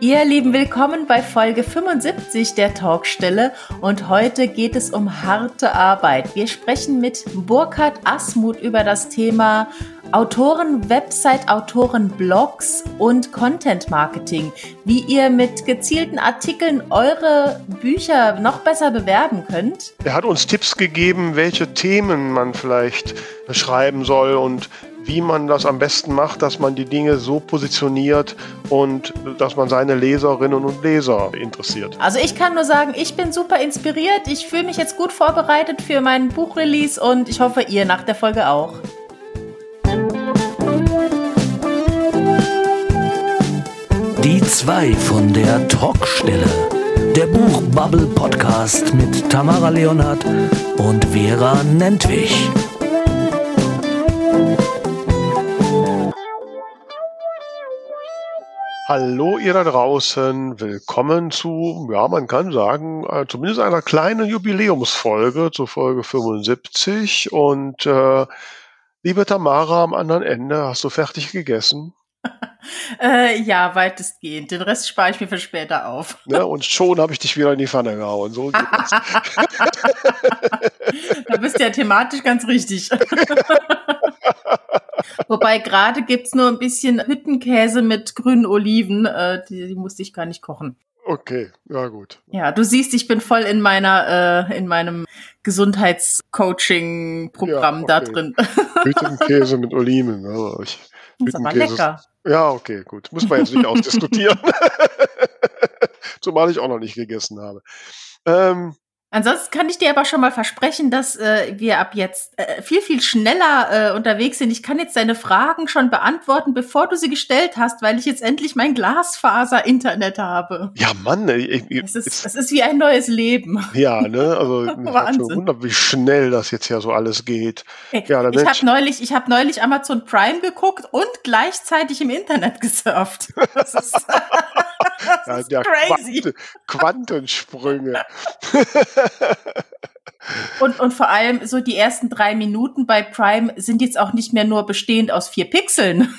Ihr Lieben, willkommen bei Folge 75 der Talkstelle und heute geht es um harte Arbeit. Wir sprechen mit Burkhard Asmuth über das Thema Autoren, Website, Autoren, Blogs und Content Marketing, wie ihr mit gezielten Artikeln eure Bücher noch besser bewerben könnt. Er hat uns Tipps gegeben, welche Themen man vielleicht beschreiben soll und wie man das am besten macht, dass man die Dinge so positioniert und dass man seine Leserinnen und Leser interessiert. Also ich kann nur sagen, ich bin super inspiriert. Ich fühle mich jetzt gut vorbereitet für meinen Buchrelease und ich hoffe, ihr nach der Folge auch. Die zwei von der Talkstelle. Der Buchbubble-Podcast mit Tamara Leonhardt und Vera Nentwich. Hallo ihr da draußen, willkommen zu, ja man kann sagen, zumindest einer kleinen Jubiläumsfolge, zur Folge 75 und liebe Tamara am anderen Ende, hast du fertig gegessen? Ja, weitestgehend. Den Rest spare ich mir für später auf. Ne, und schon habe ich dich wieder in die Pfanne gehauen. So geht's. Da bist du ja thematisch ganz richtig. Wobei gerade gibt's nur ein bisschen Hüttenkäse mit grünen Oliven. Die musste ich gar nicht kochen. Okay, ja gut. Ja, du siehst, ich bin voll in meinem Gesundheitscoaching-Programm Ja, okay. da drin. Hüttenkäse mit Oliven. Ja, Das ist aber lecker. Ja, okay, gut. Muss man jetzt nicht ausdiskutieren. Zumal ich auch noch nicht gegessen habe. Ansonsten kann ich dir aber schon mal versprechen, dass wir ab jetzt viel, viel schneller unterwegs sind. Ich kann jetzt deine Fragen schon beantworten, bevor du sie gestellt hast, weil ich jetzt endlich mein Glasfaser-Internet habe. Ja, Mann. Es ist wie ein neues Leben. Ja, ne? Also ich hab schon gewundert, wie schnell das jetzt ja so alles geht. Ja, Ich habe neulich Amazon Prime geguckt und gleichzeitig im Internet gesurft. Das ist crazy. Quantensprünge. Und vor allem so die ersten 3 Minuten bei Prime sind jetzt auch nicht mehr nur bestehend aus 4 Pixeln.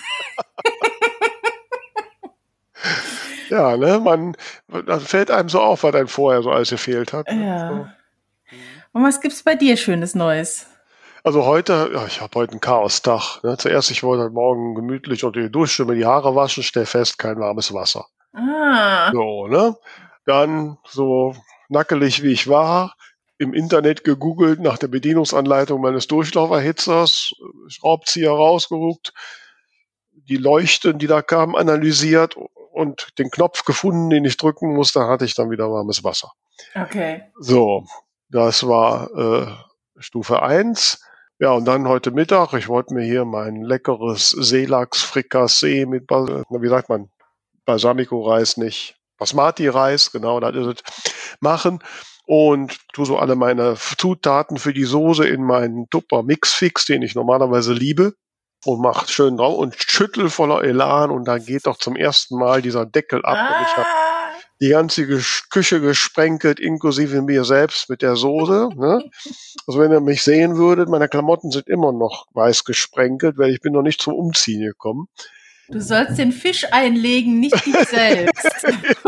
Ja, ne, das fällt einem so auf, was einem vorher so alles gefehlt hat. Ja. So. Und was gibt's bei dir Schönes Neues? Also heute, ja, ich habe heute einen Chaostag. Ne? Zuerst, ich wollte heute Morgen gemütlich unter die Dusche mir die Haare waschen, stell fest, kein warmes Wasser. So, ne? Dann so nackelig wie ich war, im Internet gegoogelt nach der Bedienungsanleitung meines Durchlauferhitzers, Schraubzieher rausgeguckt, die Leuchten, die da kamen, analysiert und den Knopf gefunden, den ich drücken musste, hatte ich dann wieder warmes Wasser. Okay. So, das war Stufe 1. Ja, und dann heute Mittag, ich wollte mir hier mein leckeres Seelachs-Frikassee mit, wie sagt man, Balsamico-Reis nicht, Basmati-Reis, genau, das ist es, machen und tue so alle meine Zutaten für die Soße in meinen Tupper Mixfix, den ich normalerweise liebe, und mach schön drauf und schüttel voller Elan und dann geht doch zum ersten Mal dieser Deckel ab und ich habe die ganze Küche gesprenkelt, inklusive mir selbst mit der Soße. Ne? Also wenn ihr mich sehen würdet, meine Klamotten sind immer noch weiß gesprenkelt, weil ich bin noch nicht zum Umziehen gekommen. Du sollst den Fisch einlegen, nicht dich selbst.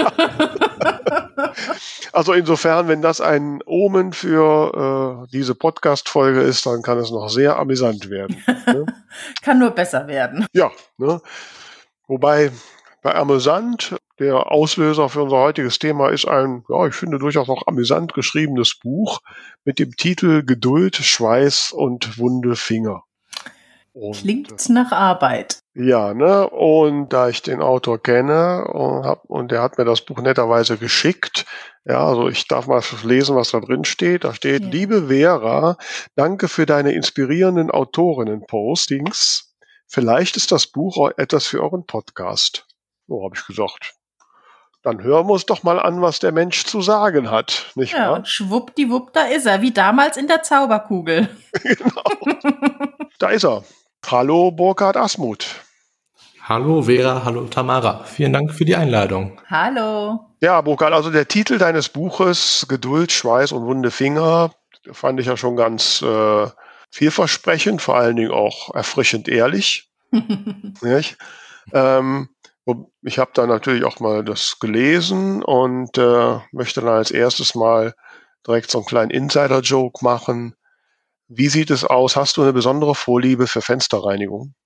Also insofern, wenn das ein Omen für diese Podcast-Folge ist, dann kann es noch sehr amüsant werden. Ne? Kann nur besser werden. Ja, ne? Wobei bei amüsant der Auslöser für unser heutiges Thema ist ein, ja, ich finde durchaus auch amüsant geschriebenes Buch mit dem Titel Geduld, Schweiß und wunde Finger. Und, klingt nach Arbeit. Ja, ne? Und da ich den Autor kenne und der hat mir das Buch netterweise geschickt, ja, also ich darf mal lesen, was da drin steht. Da steht, Ja. Liebe Vera, danke für deine inspirierenden Autorinnen-Postings. Vielleicht ist das Buch auch etwas für euren Podcast. So habe ich gesagt. Dann hören wir uns doch mal an, was der Mensch zu sagen hat, nicht Ja, wahr? und schwuppdiwupp, da ist er, wie damals in der Zauberkugel. Genau. Da ist er. Hallo, Burkhard Asmuth. Hallo Vera, hallo Tamara. Vielen Dank für die Einladung. Hallo. Ja, Burkhard, also der Titel deines Buches, Geduld, Schweiß und wunde Finger, fand ich ja schon ganz vielversprechend, vor allen Dingen auch erfrischend ehrlich. Nicht? Und ich habe da natürlich auch mal das gelesen und möchte dann als erstes mal direkt so einen kleinen Insider-Joke machen. Wie sieht es aus? Hast du eine besondere Vorliebe für Fensterreinigung?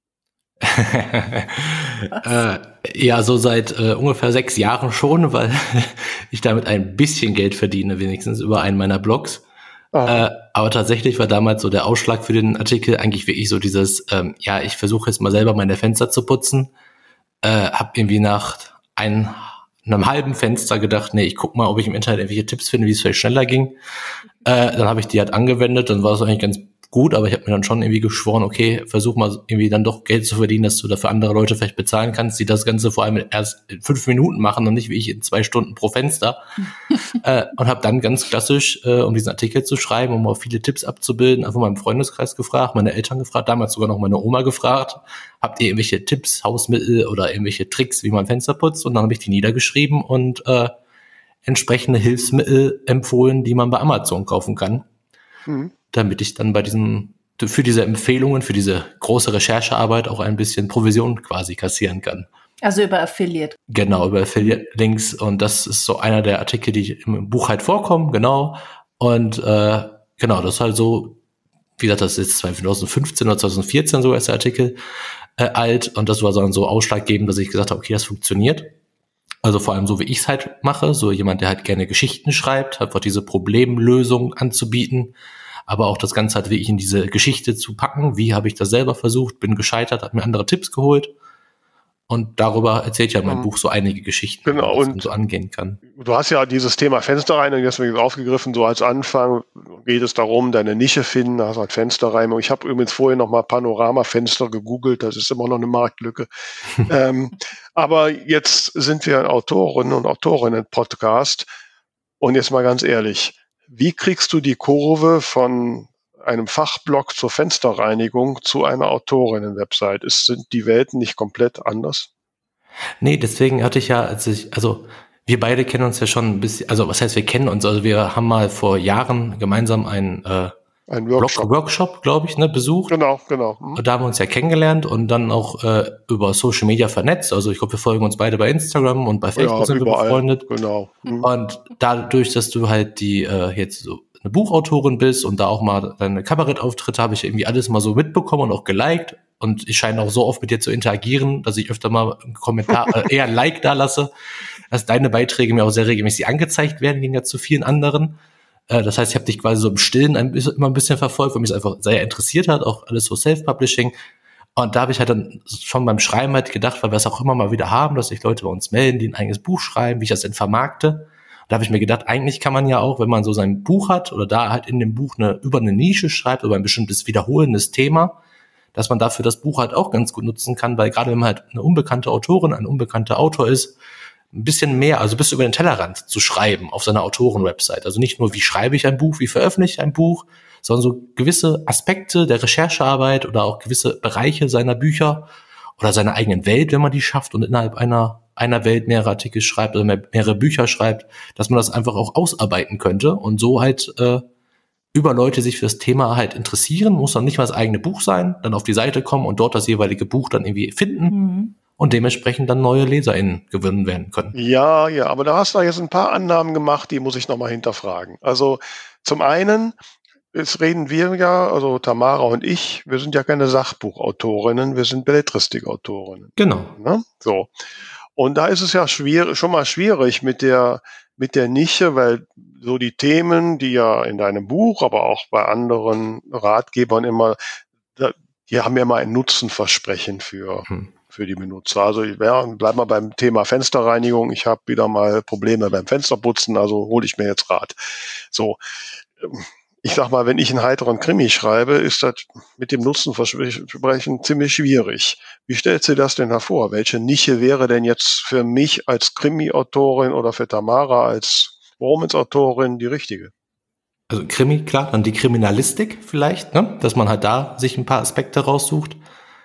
Ja, so seit ungefähr 6 Jahren schon, weil ich damit ein bisschen Geld verdiene, wenigstens über einen meiner Blogs. Aber tatsächlich war damals so der Ausschlag für den Artikel eigentlich wirklich so dieses, ich versuche jetzt mal selber meine Fenster zu putzen. Hab irgendwie nach einem halben Fenster gedacht, nee, ich guck mal, ob ich im Internet irgendwelche Tipps finde, wie es vielleicht schneller ging. Dann habe ich die halt angewendet, dann war es eigentlich ganz gut, aber ich habe mir dann schon irgendwie geschworen, okay, versuch mal irgendwie dann doch Geld zu verdienen, dass du dafür andere Leute vielleicht bezahlen kannst, die das Ganze vor allem erst in 5 Minuten machen und nicht wie ich in 2 Stunden pro Fenster. Und habe dann ganz klassisch, um diesen Artikel zu schreiben, um auch viele Tipps abzubilden, einfach mal im Freundeskreis gefragt, meine Eltern gefragt, damals sogar noch meine Oma gefragt, habt ihr irgendwelche Tipps, Hausmittel oder irgendwelche Tricks, wie man Fenster putzt? Und dann habe ich die niedergeschrieben und entsprechende Hilfsmittel empfohlen, die man bei Amazon kaufen kann. Damit ich dann für diese Empfehlungen, für diese große Recherchearbeit auch ein bisschen Provision quasi kassieren kann. Also über Affiliate. Genau, über Affiliate-Links. Und das ist so einer der Artikel, die im Buch halt vorkommen, genau. Und genau, das ist halt so, wie gesagt, das ist 2015 oder 2014 so ist der Artikel alt. Und das war dann so ausschlaggebend, dass ich gesagt habe, okay, das funktioniert. Also vor allem so, wie ich es halt mache, so jemand, der halt gerne Geschichten schreibt, einfach diese Problemlösung anzubieten, aber auch das Ganze halt wirklich in diese Geschichte zu packen. Wie habe ich das selber versucht, bin gescheitert, habe mir andere Tipps geholt und darüber erzählt ja mein Buch so einige Geschichten, genau, wie man so angehen kann. Du hast ja dieses Thema Fensterreinigung deswegen aufgegriffen, so als Anfang geht es darum, deine Nische finden, da hast du halt Fensterreinigung. Ich habe übrigens vorher noch mal Panoramafenster gegoogelt, das ist immer noch eine Marktlücke. Aber jetzt sind wir ein Autoren- und Autorinnen-Podcast und jetzt mal ganz ehrlich, wie kriegst du die Kurve von einem Fachblog zur Fensterreinigung zu einer Autorinnen-Website? Sind die Welten nicht komplett anders? Nee, deswegen hatte ich ja, wir beide kennen uns ja schon ein bisschen, also was heißt wir kennen uns, also wir haben mal vor Jahren gemeinsam einen Workshop, glaube ich, besucht. Genau. Und da haben wir uns ja kennengelernt und dann auch über Social Media vernetzt. Also ich glaube, wir folgen uns beide bei Instagram und bei Facebook sind wir befreundet. Genau. Und dadurch, dass du halt die jetzt so eine Buchautorin bist und da auch mal deine Kabarettauftritte, habe ich irgendwie alles mal so mitbekommen und auch geliked. Und ich scheine auch so oft mit dir zu interagieren, dass ich öfter mal einen Kommentar, eher ein Like da lasse, dass deine Beiträge mir auch sehr regelmäßig angezeigt werden, gegen ja zu vielen anderen. Das heißt, ich habe dich quasi so im Stillen immer ein bisschen verfolgt, weil mich es einfach sehr interessiert hat, auch alles so Self-Publishing. Und da habe ich halt dann schon beim Schreiben halt gedacht, weil wir es auch immer mal wieder haben, dass sich Leute bei uns melden, die ein eigenes Buch schreiben, wie ich das denn vermarkte. Da habe ich mir gedacht, eigentlich kann man ja auch, wenn man so sein Buch hat oder da halt in dem Buch über eine Nische schreibt, über ein bestimmtes wiederholendes Thema, dass man dafür das Buch halt auch ganz gut nutzen kann, weil gerade wenn man halt eine unbekannte Autorin, ein unbekannter Autor ist, ein bisschen mehr, also bis über den Tellerrand zu schreiben auf seiner Autoren-Website. Also nicht nur, wie schreibe ich ein Buch, wie veröffentliche ich ein Buch, sondern so gewisse Aspekte der Recherchearbeit oder auch gewisse Bereiche seiner Bücher oder seiner eigenen Welt, wenn man die schafft und innerhalb einer Welt mehrere Artikel schreibt oder mehrere Bücher schreibt, dass man das einfach auch ausarbeiten könnte und so halt über Leute sich für das Thema halt interessieren, muss dann nicht mal das eigene Buch sein, dann auf die Seite kommen und dort das jeweilige Buch dann irgendwie finden und dementsprechend dann neue LeserInnen gewinnen werden können. Ja, aber da hast du jetzt ein paar Annahmen gemacht, die muss ich nochmal hinterfragen. Also zum einen, jetzt reden wir ja, also Tamara und ich, wir sind ja keine Sachbuchautorinnen, wir sind Belletristikautorinnen. Genau. Ne? So. Und da ist es ja schon mal schwierig mit der Nische, weil so die Themen, die ja in deinem Buch, aber auch bei anderen Ratgebern immer, die haben ja immer ein Nutzenversprechen für die Benutzer. Also bleib mal beim Thema Fensterreinigung. Ich habe wieder mal Probleme beim Fensterputzen, also hole ich mir jetzt Rat. So, ich sag mal, wenn ich einen heiteren Krimi schreibe, ist das mit dem Nutzenversprechen ziemlich schwierig. Wie stellst du das denn hervor? Welche Nische wäre denn jetzt für mich als Krimi-Autorin oder für Tamara als Romance-Autorin die richtige? Also Krimi, klar, dann die Kriminalistik vielleicht, dass man halt da sich ein paar Aspekte raussucht.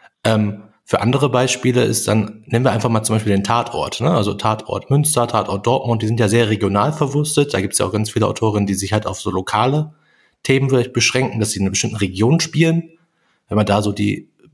Für andere Beispiele ist dann, nehmen wir einfach mal zum Beispiel den Tatort, also Tatort Münster, Tatort Dortmund, die sind ja sehr regional verwurstet. Da gibt es ja auch ganz viele Autorinnen, die sich halt auf so lokale Themen vielleicht beschränken, dass sie in einer bestimmten Region spielen. Wenn man da so die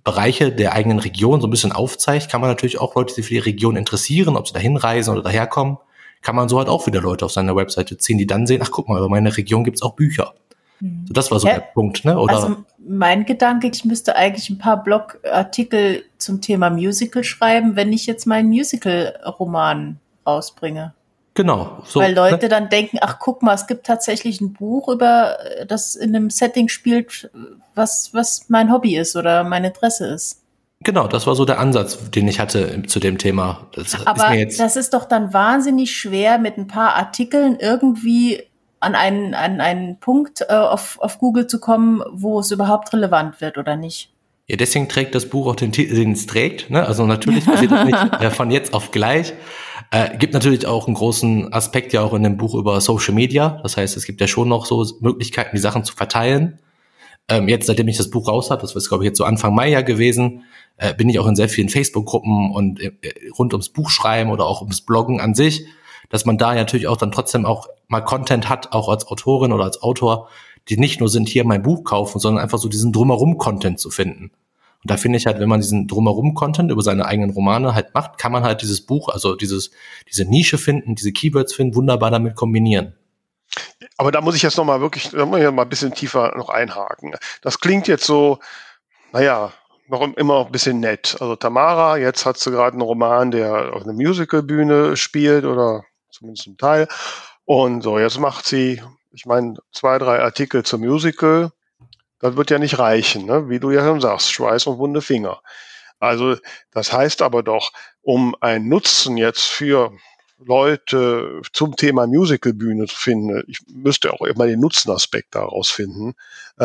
Bereiche der eigenen Region so ein bisschen aufzeigt, kann man natürlich auch Leute, die sich für die Region interessieren, ob sie da hinreisen oder daherkommen, kann man so halt auch wieder Leute auf seine Webseite ziehen, die dann sehen, ach guck mal, über meine Region gibt's auch Bücher. So, das war so der Punkt, ne? Oder? Also mein Gedanke, ich müsste eigentlich ein paar Blogartikel zum Thema Musical schreiben, wenn ich jetzt meinen Musical-Roman rausbringe. Genau. So, weil Leute dann denken, ach guck mal, es gibt tatsächlich ein Buch, über das in einem Setting spielt, was mein Hobby ist oder mein Interesse ist. Genau, das war so der Ansatz, den ich hatte zu dem Thema. Aber das ist doch dann wahnsinnig schwer, mit ein paar Artikeln irgendwie an einen Punkt auf Google zu kommen, wo es überhaupt relevant wird oder nicht. Ja, deswegen trägt das Buch auch den Titel, den es trägt. Ne? Also natürlich passiert das nicht von jetzt auf gleich. Gibt natürlich auch einen großen Aspekt ja auch in dem Buch über Social Media. Das heißt, es gibt ja schon noch so Möglichkeiten, die Sachen zu verteilen. Jetzt, seitdem ich das Buch raus habe, das ist, glaube ich, jetzt so Anfang Mai ja gewesen, bin ich auch in sehr vielen Facebook-Gruppen und rund ums Buchschreiben oder auch ums Bloggen an sich, dass man da natürlich auch dann trotzdem auch mal Content hat, auch als Autorin oder als Autor, die nicht nur sind, hier mein Buch kaufen, sondern einfach so diesen Drumherum-Content zu finden. Und da finde ich halt, wenn man diesen Drumherum-Content über seine eigenen Romane halt macht, kann man halt dieses Buch, also diese Nische finden, diese Keywords finden, wunderbar damit kombinieren. Aber da muss ich jetzt noch mal ein bisschen tiefer noch einhaken. Das klingt jetzt so, naja, noch immer ein bisschen nett. Also Tamara, jetzt hat sie gerade einen Roman, der auf einer Musicalbühne spielt oder zumindest ein Teil. Und so, jetzt macht sie, ich meine, 2, 3 Artikel zum Musical. Das wird ja nicht reichen, ne? Wie du ja schon sagst, Schweiß und wunde Finger. Also das heißt aber doch, um einen Nutzen jetzt für Leute zum Thema Musicalbühne zu finden, ich müsste auch immer den Nutzenaspekt daraus finden,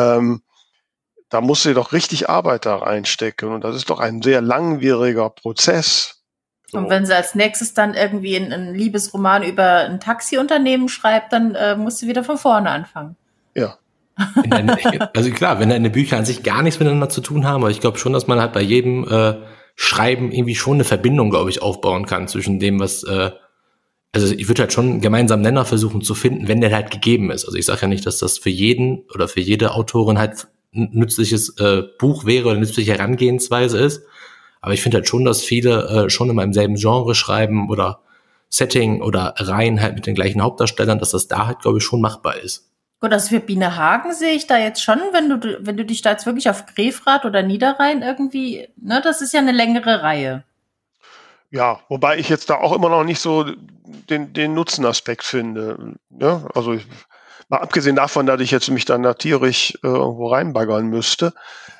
da muss sie doch richtig Arbeit da reinstecken und das ist doch ein sehr langwieriger Prozess. So. Und wenn sie als nächstes dann irgendwie einen Liebesroman über ein Taxiunternehmen schreibt, dann muss sie wieder von vorne anfangen. Ja. Also klar, wenn deine Bücher an sich gar nichts miteinander zu tun haben, aber ich glaube schon, dass man halt bei jedem Schreiben irgendwie schon eine Verbindung, glaube ich, aufbauen kann zwischen dem, was also ich würde halt schon einen gemeinsamen Nenner versuchen zu finden, wenn der halt gegeben ist. Also ich sage ja nicht, dass das für jeden oder für jede Autorin halt ein nützliches Buch wäre oder eine nützliche Herangehensweise ist. Aber ich finde halt schon, dass viele schon in meinem selben Genre schreiben oder Setting oder Reihen halt mit den gleichen Hauptdarstellern, dass das da halt, glaube ich, schon machbar ist. Gut, also für Biene Hagen sehe ich da jetzt schon, wenn du dich da jetzt wirklich auf Grefrath oder Niederrhein irgendwie, ne, das ist ja eine längere Reihe. Ja, wobei ich jetzt da auch immer noch nicht so den Nutzenaspekt finde. Ja, also mal abgesehen davon, dass ich jetzt mich dann da tierisch irgendwo reinbaggern müsste,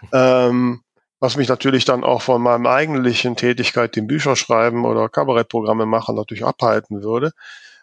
was mich natürlich dann auch von meinem eigentlichen Tätigkeit, dem Bücherschreiben oder Kabarettprogramme machen, natürlich abhalten würde.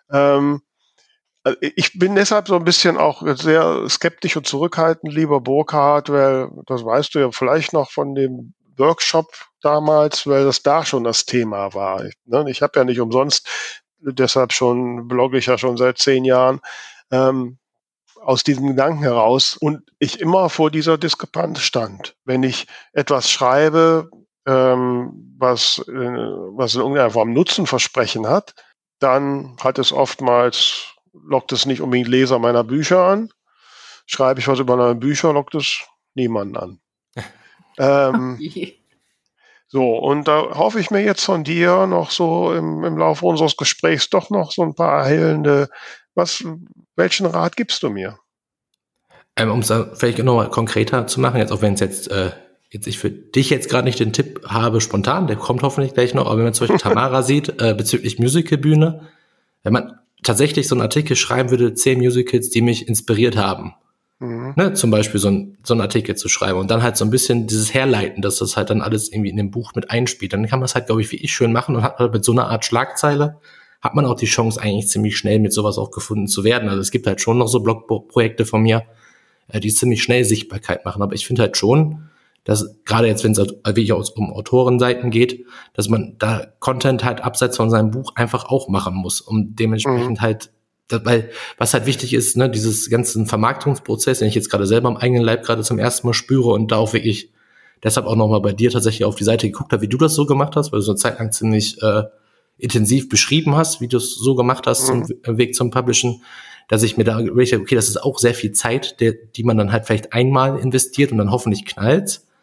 Ich bin deshalb so ein bisschen auch sehr skeptisch und zurückhaltend, lieber Burkhard, weil, das weißt du ja vielleicht noch von dem Workshop damals, weil das da schon das Thema war. Ich habe ja nicht umsonst, deshalb blogge ich ja schon seit 10 Jahren, aus diesem Gedanken heraus und ich immer vor dieser Diskrepanz stand. Wenn ich etwas schreibe, was in irgendeiner Form Nutzenversprechen hat, dann hat es oftmals, lockt es nicht unbedingt Leser meiner Bücher an. Schreibe ich was über meine Bücher, lockt es niemanden an. So, und da hoffe ich mir jetzt von dir noch so im Laufe unseres Gesprächs doch noch so ein paar erhellende, welchen Rat gibst du mir? Um es vielleicht noch mal konkreter zu machen, jetzt auch wenn es jetzt ich für dich jetzt gerade nicht den Tipp habe, spontan, der kommt hoffentlich gleich noch, aber wenn man zum Beispiel Tamara sieht, bezüglich Musicalbühne, wenn man tatsächlich so einen Artikel schreiben würde, 10 Musicals, die mich inspiriert haben, ne, zum Beispiel so einen Artikel zu schreiben und dann halt so ein bisschen dieses Herleiten, dass das halt dann alles irgendwie in dem Buch mit einspielt, dann kann man es halt, glaube ich, wie ich schön machen und hat halt mit so einer Art Schlagzeile, hat man auch die Chance, eigentlich ziemlich schnell mit sowas auch gefunden zu werden. Also es gibt halt schon noch so Blogprojekte von mir, die ziemlich schnell Sichtbarkeit machen, aber ich finde halt schon, dass gerade jetzt, wenn es wirklich um Autorenseiten geht, dass man da Content halt abseits von seinem Buch einfach auch machen muss, um dementsprechend halt, weil was halt wichtig ist, ne, dieses ganzen Vermarktungsprozess, den ich jetzt gerade selber am eigenen Leib gerade zum ersten Mal spüre und da auch wirklich deshalb auch nochmal bei dir tatsächlich auf die Seite geguckt habe, wie du das so gemacht hast, weil du so eine Zeit lang ziemlich intensiv beschrieben hast, wie du es so gemacht hast zum Weg zum Publishen, dass ich mir da wirklich, okay, das ist auch sehr viel Zeit, die man dann halt vielleicht einmal investiert und dann hoffentlich knallt.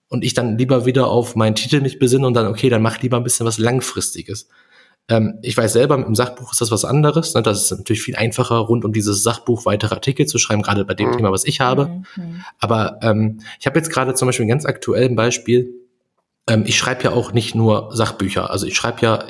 und ich dann lieber wieder auf meinen Titel mich besinne und dann, okay, dann mach lieber ein bisschen was Langfristiges. Ich weiß selber, mit dem Sachbuch ist das was anderes. Ne? Das ist natürlich viel einfacher, rund um dieses Sachbuch weitere Artikel zu schreiben, gerade bei dem Thema, was ich habe. Aber ich habe jetzt gerade zum Beispiel ein ganz aktuelles Beispiel. Ich schreibe ja auch nicht nur Sachbücher. Also ich schreibe ja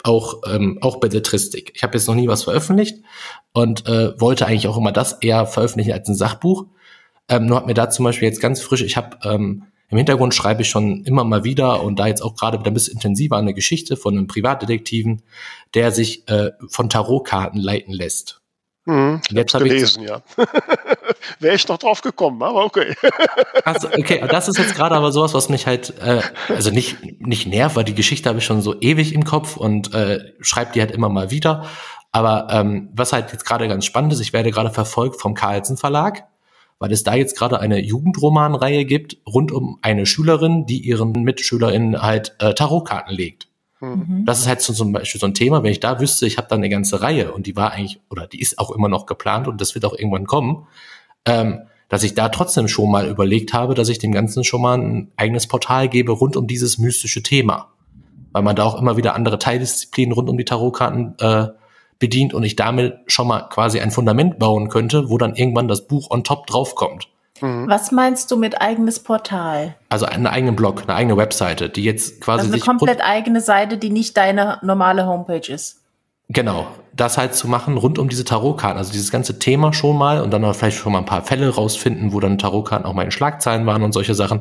auch Belletristik. Ich habe jetzt noch nie was veröffentlicht und wollte eigentlich auch immer das eher veröffentlichen als ein Sachbuch. Nur hat mir da zum Beispiel jetzt ganz frisch, ich habe im Hintergrund schreibe ich schon immer mal wieder und da jetzt auch gerade wieder ein bisschen intensiver eine Geschichte von einem Privatdetektiven, der sich von Tarotkarten leiten lässt. Jetzt habe ich gelesen, ja. Wäre ich noch drauf gekommen, aber okay. Also, okay, das ist jetzt gerade aber sowas, was mich halt, also nicht nervt, weil die Geschichte habe ich schon so ewig im Kopf und schreibe die halt immer mal wieder. Aber was halt jetzt gerade ganz spannend ist, ich werde gerade verfolgt vom Carlsen Verlag, weil es da jetzt gerade eine Jugendromanreihe gibt, rund um eine Schülerin, die ihren MitschülerInnen halt Tarotkarten legt. Das ist halt so zum Beispiel so ein Thema, wenn ich da wüsste, ich habe da eine ganze Reihe und die war eigentlich, oder die ist auch immer noch geplant und das wird auch irgendwann kommen, dass ich da trotzdem schon mal überlegt habe, dass ich dem Ganzen schon mal ein eigenes Portal gebe rund um dieses mystische Thema. Weil man da auch immer wieder andere Teildisziplinen rund um die Tarotkarten bedient und ich damit schon mal quasi ein Fundament bauen könnte, wo dann irgendwann das Buch on top draufkommt. Was meinst du mit eigenes Portal? Also einen eigenen Blog, eine eigene Webseite, die jetzt quasi also eine komplett eigene Seite, die nicht deine normale Homepage ist. Genau, das halt zu machen rund um diese Tarotkarten, also dieses ganze Thema schon mal und dann auch vielleicht schon mal ein paar Fälle rausfinden, wo dann Tarotkarten auch mal in Schlagzeilen waren und solche Sachen,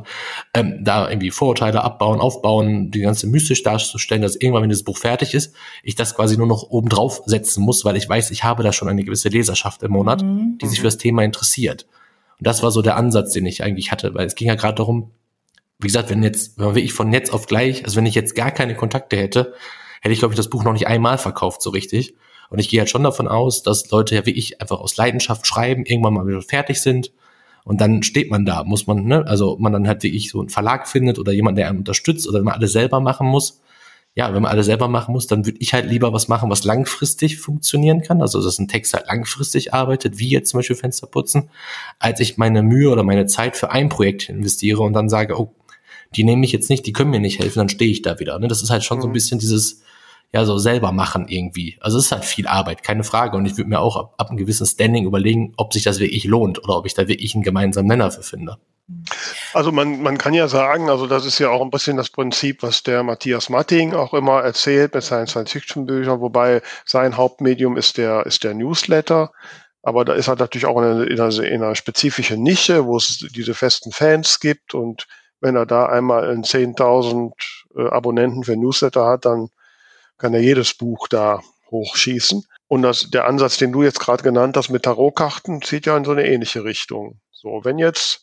da irgendwie Vorurteile abbauen, aufbauen, die ganze mystisch darzustellen, dass irgendwann, wenn das Buch fertig ist, ich das quasi nur noch oben drauf setzen muss, weil ich weiß, ich habe da schon eine gewisse Leserschaft im Monat, die sich für das Thema interessiert. Und das war so der Ansatz, den ich eigentlich hatte, weil es ging ja gerade darum, wie gesagt, wenn ich von jetzt auf gleich, also wenn ich jetzt gar keine Kontakte hätte ich, glaube ich, das Buch noch nicht einmal verkauft so richtig. Und ich gehe halt schon davon aus, dass Leute ja wie ich einfach aus Leidenschaft schreiben, irgendwann mal wieder fertig sind. Und dann steht man da, muss man, also man dann halt wie ich so einen Verlag findet oder jemand, der einen unterstützt oder wenn man alles selber machen muss. Ja, wenn man alles selber machen muss, dann würde ich halt lieber was machen, was langfristig funktionieren kann. Also, dass ein Text halt langfristig arbeitet, wie jetzt zum Beispiel Fenster putzen, als ich meine Mühe oder meine Zeit für ein Projekt investiere und dann sage, oh, die nehme ich jetzt nicht, die können mir nicht helfen, dann stehe ich da wieder. Das ist halt schon so ein bisschen dieses, ja, so selber machen irgendwie. Also es ist halt viel Arbeit, keine Frage. Und ich würde mir auch ab einem gewissen Standing überlegen, ob sich das wirklich lohnt oder ob ich da wirklich einen gemeinsamen Nenner für finde. Also man kann ja sagen, also das ist ja auch ein bisschen das Prinzip, was der Matthias Matting auch immer erzählt mit seinen Science-Fiction-Büchern, wobei sein Hauptmedium ist der Newsletter. Aber da ist er natürlich auch in einer spezifischen Nische, wo es diese festen Fans gibt. Und wenn er da einmal 10.000 Abonnenten für Newsletter hat, dann kann er jedes Buch da hochschießen. Und der Ansatz, den du jetzt gerade genannt hast mit Tarotkarten, zieht ja in so eine ähnliche Richtung. So, wenn jetzt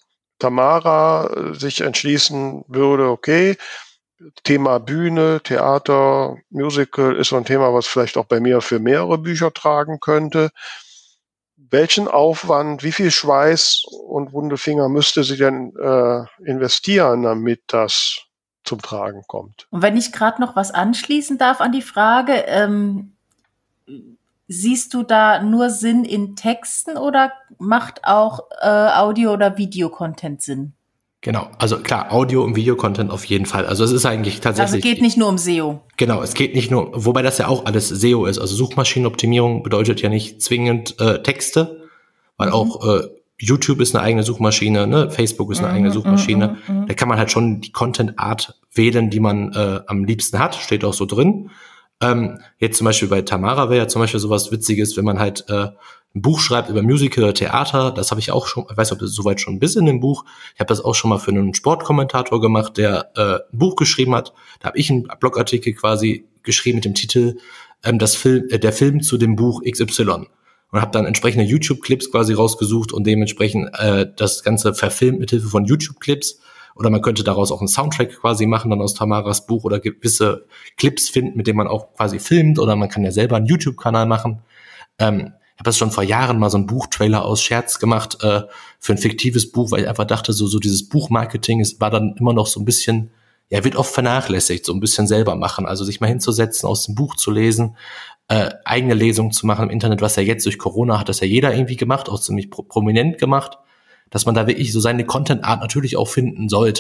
Tamara sich entschließen würde, okay, Thema Bühne, Theater, Musical ist so ein Thema, was vielleicht auch bei mir für mehrere Bücher tragen könnte. Welchen Aufwand, wie viel Schweiß und wunde Finger müsste sie denn investieren, damit das zum Tragen kommt? Und wenn ich gerade noch was anschließen darf an die Frage, siehst du da nur Sinn in Texten oder macht auch Audio- oder Video-Content Sinn? Genau, also klar, Audio- und Video-Content auf jeden Fall. Also es ist eigentlich tatsächlich... Also es geht nicht nur um SEO. Genau, es geht nicht nur, wobei das ja auch alles SEO ist. Also Suchmaschinenoptimierung bedeutet ja nicht zwingend Texte, weil auch YouTube ist eine eigene Suchmaschine, Facebook ist eine eigene Suchmaschine. Da kann man halt schon die Content-Art wählen, die man am liebsten hat, steht auch so drin. Jetzt zum Beispiel bei Tamara wäre ja zum Beispiel sowas Witziges, wenn man halt ein Buch schreibt über Musical oder Theater, das habe ich auch schon, ich weiß nicht, ob das soweit schon ein bisschen in dem Buch, ich habe das auch schon mal für einen Sportkommentator gemacht, der ein Buch geschrieben hat, da habe ich einen Blogartikel quasi geschrieben mit dem Titel der Film zu dem Buch XY und habe dann entsprechende YouTube-Clips quasi rausgesucht und dementsprechend das Ganze verfilmt mit Hilfe von YouTube-Clips. Oder man könnte daraus auch einen Soundtrack quasi machen, dann aus Tamaras Buch oder gewisse Clips finden, mit denen man auch quasi filmt. Oder man kann ja selber einen YouTube-Kanal machen. Ich habe das schon vor Jahren mal so einen Buchtrailer aus Scherz gemacht für ein fiktives Buch, weil ich einfach dachte, so dieses Buchmarketing war dann immer noch so ein bisschen, ja, wird oft vernachlässigt, so ein bisschen selber machen. Also sich mal hinzusetzen, aus dem Buch zu lesen, eigene Lesungen zu machen im Internet, was ja jetzt durch Corona hat das ja jeder irgendwie gemacht, auch ziemlich prominent gemacht, dass man da wirklich so seine Content-Art natürlich auch finden sollte.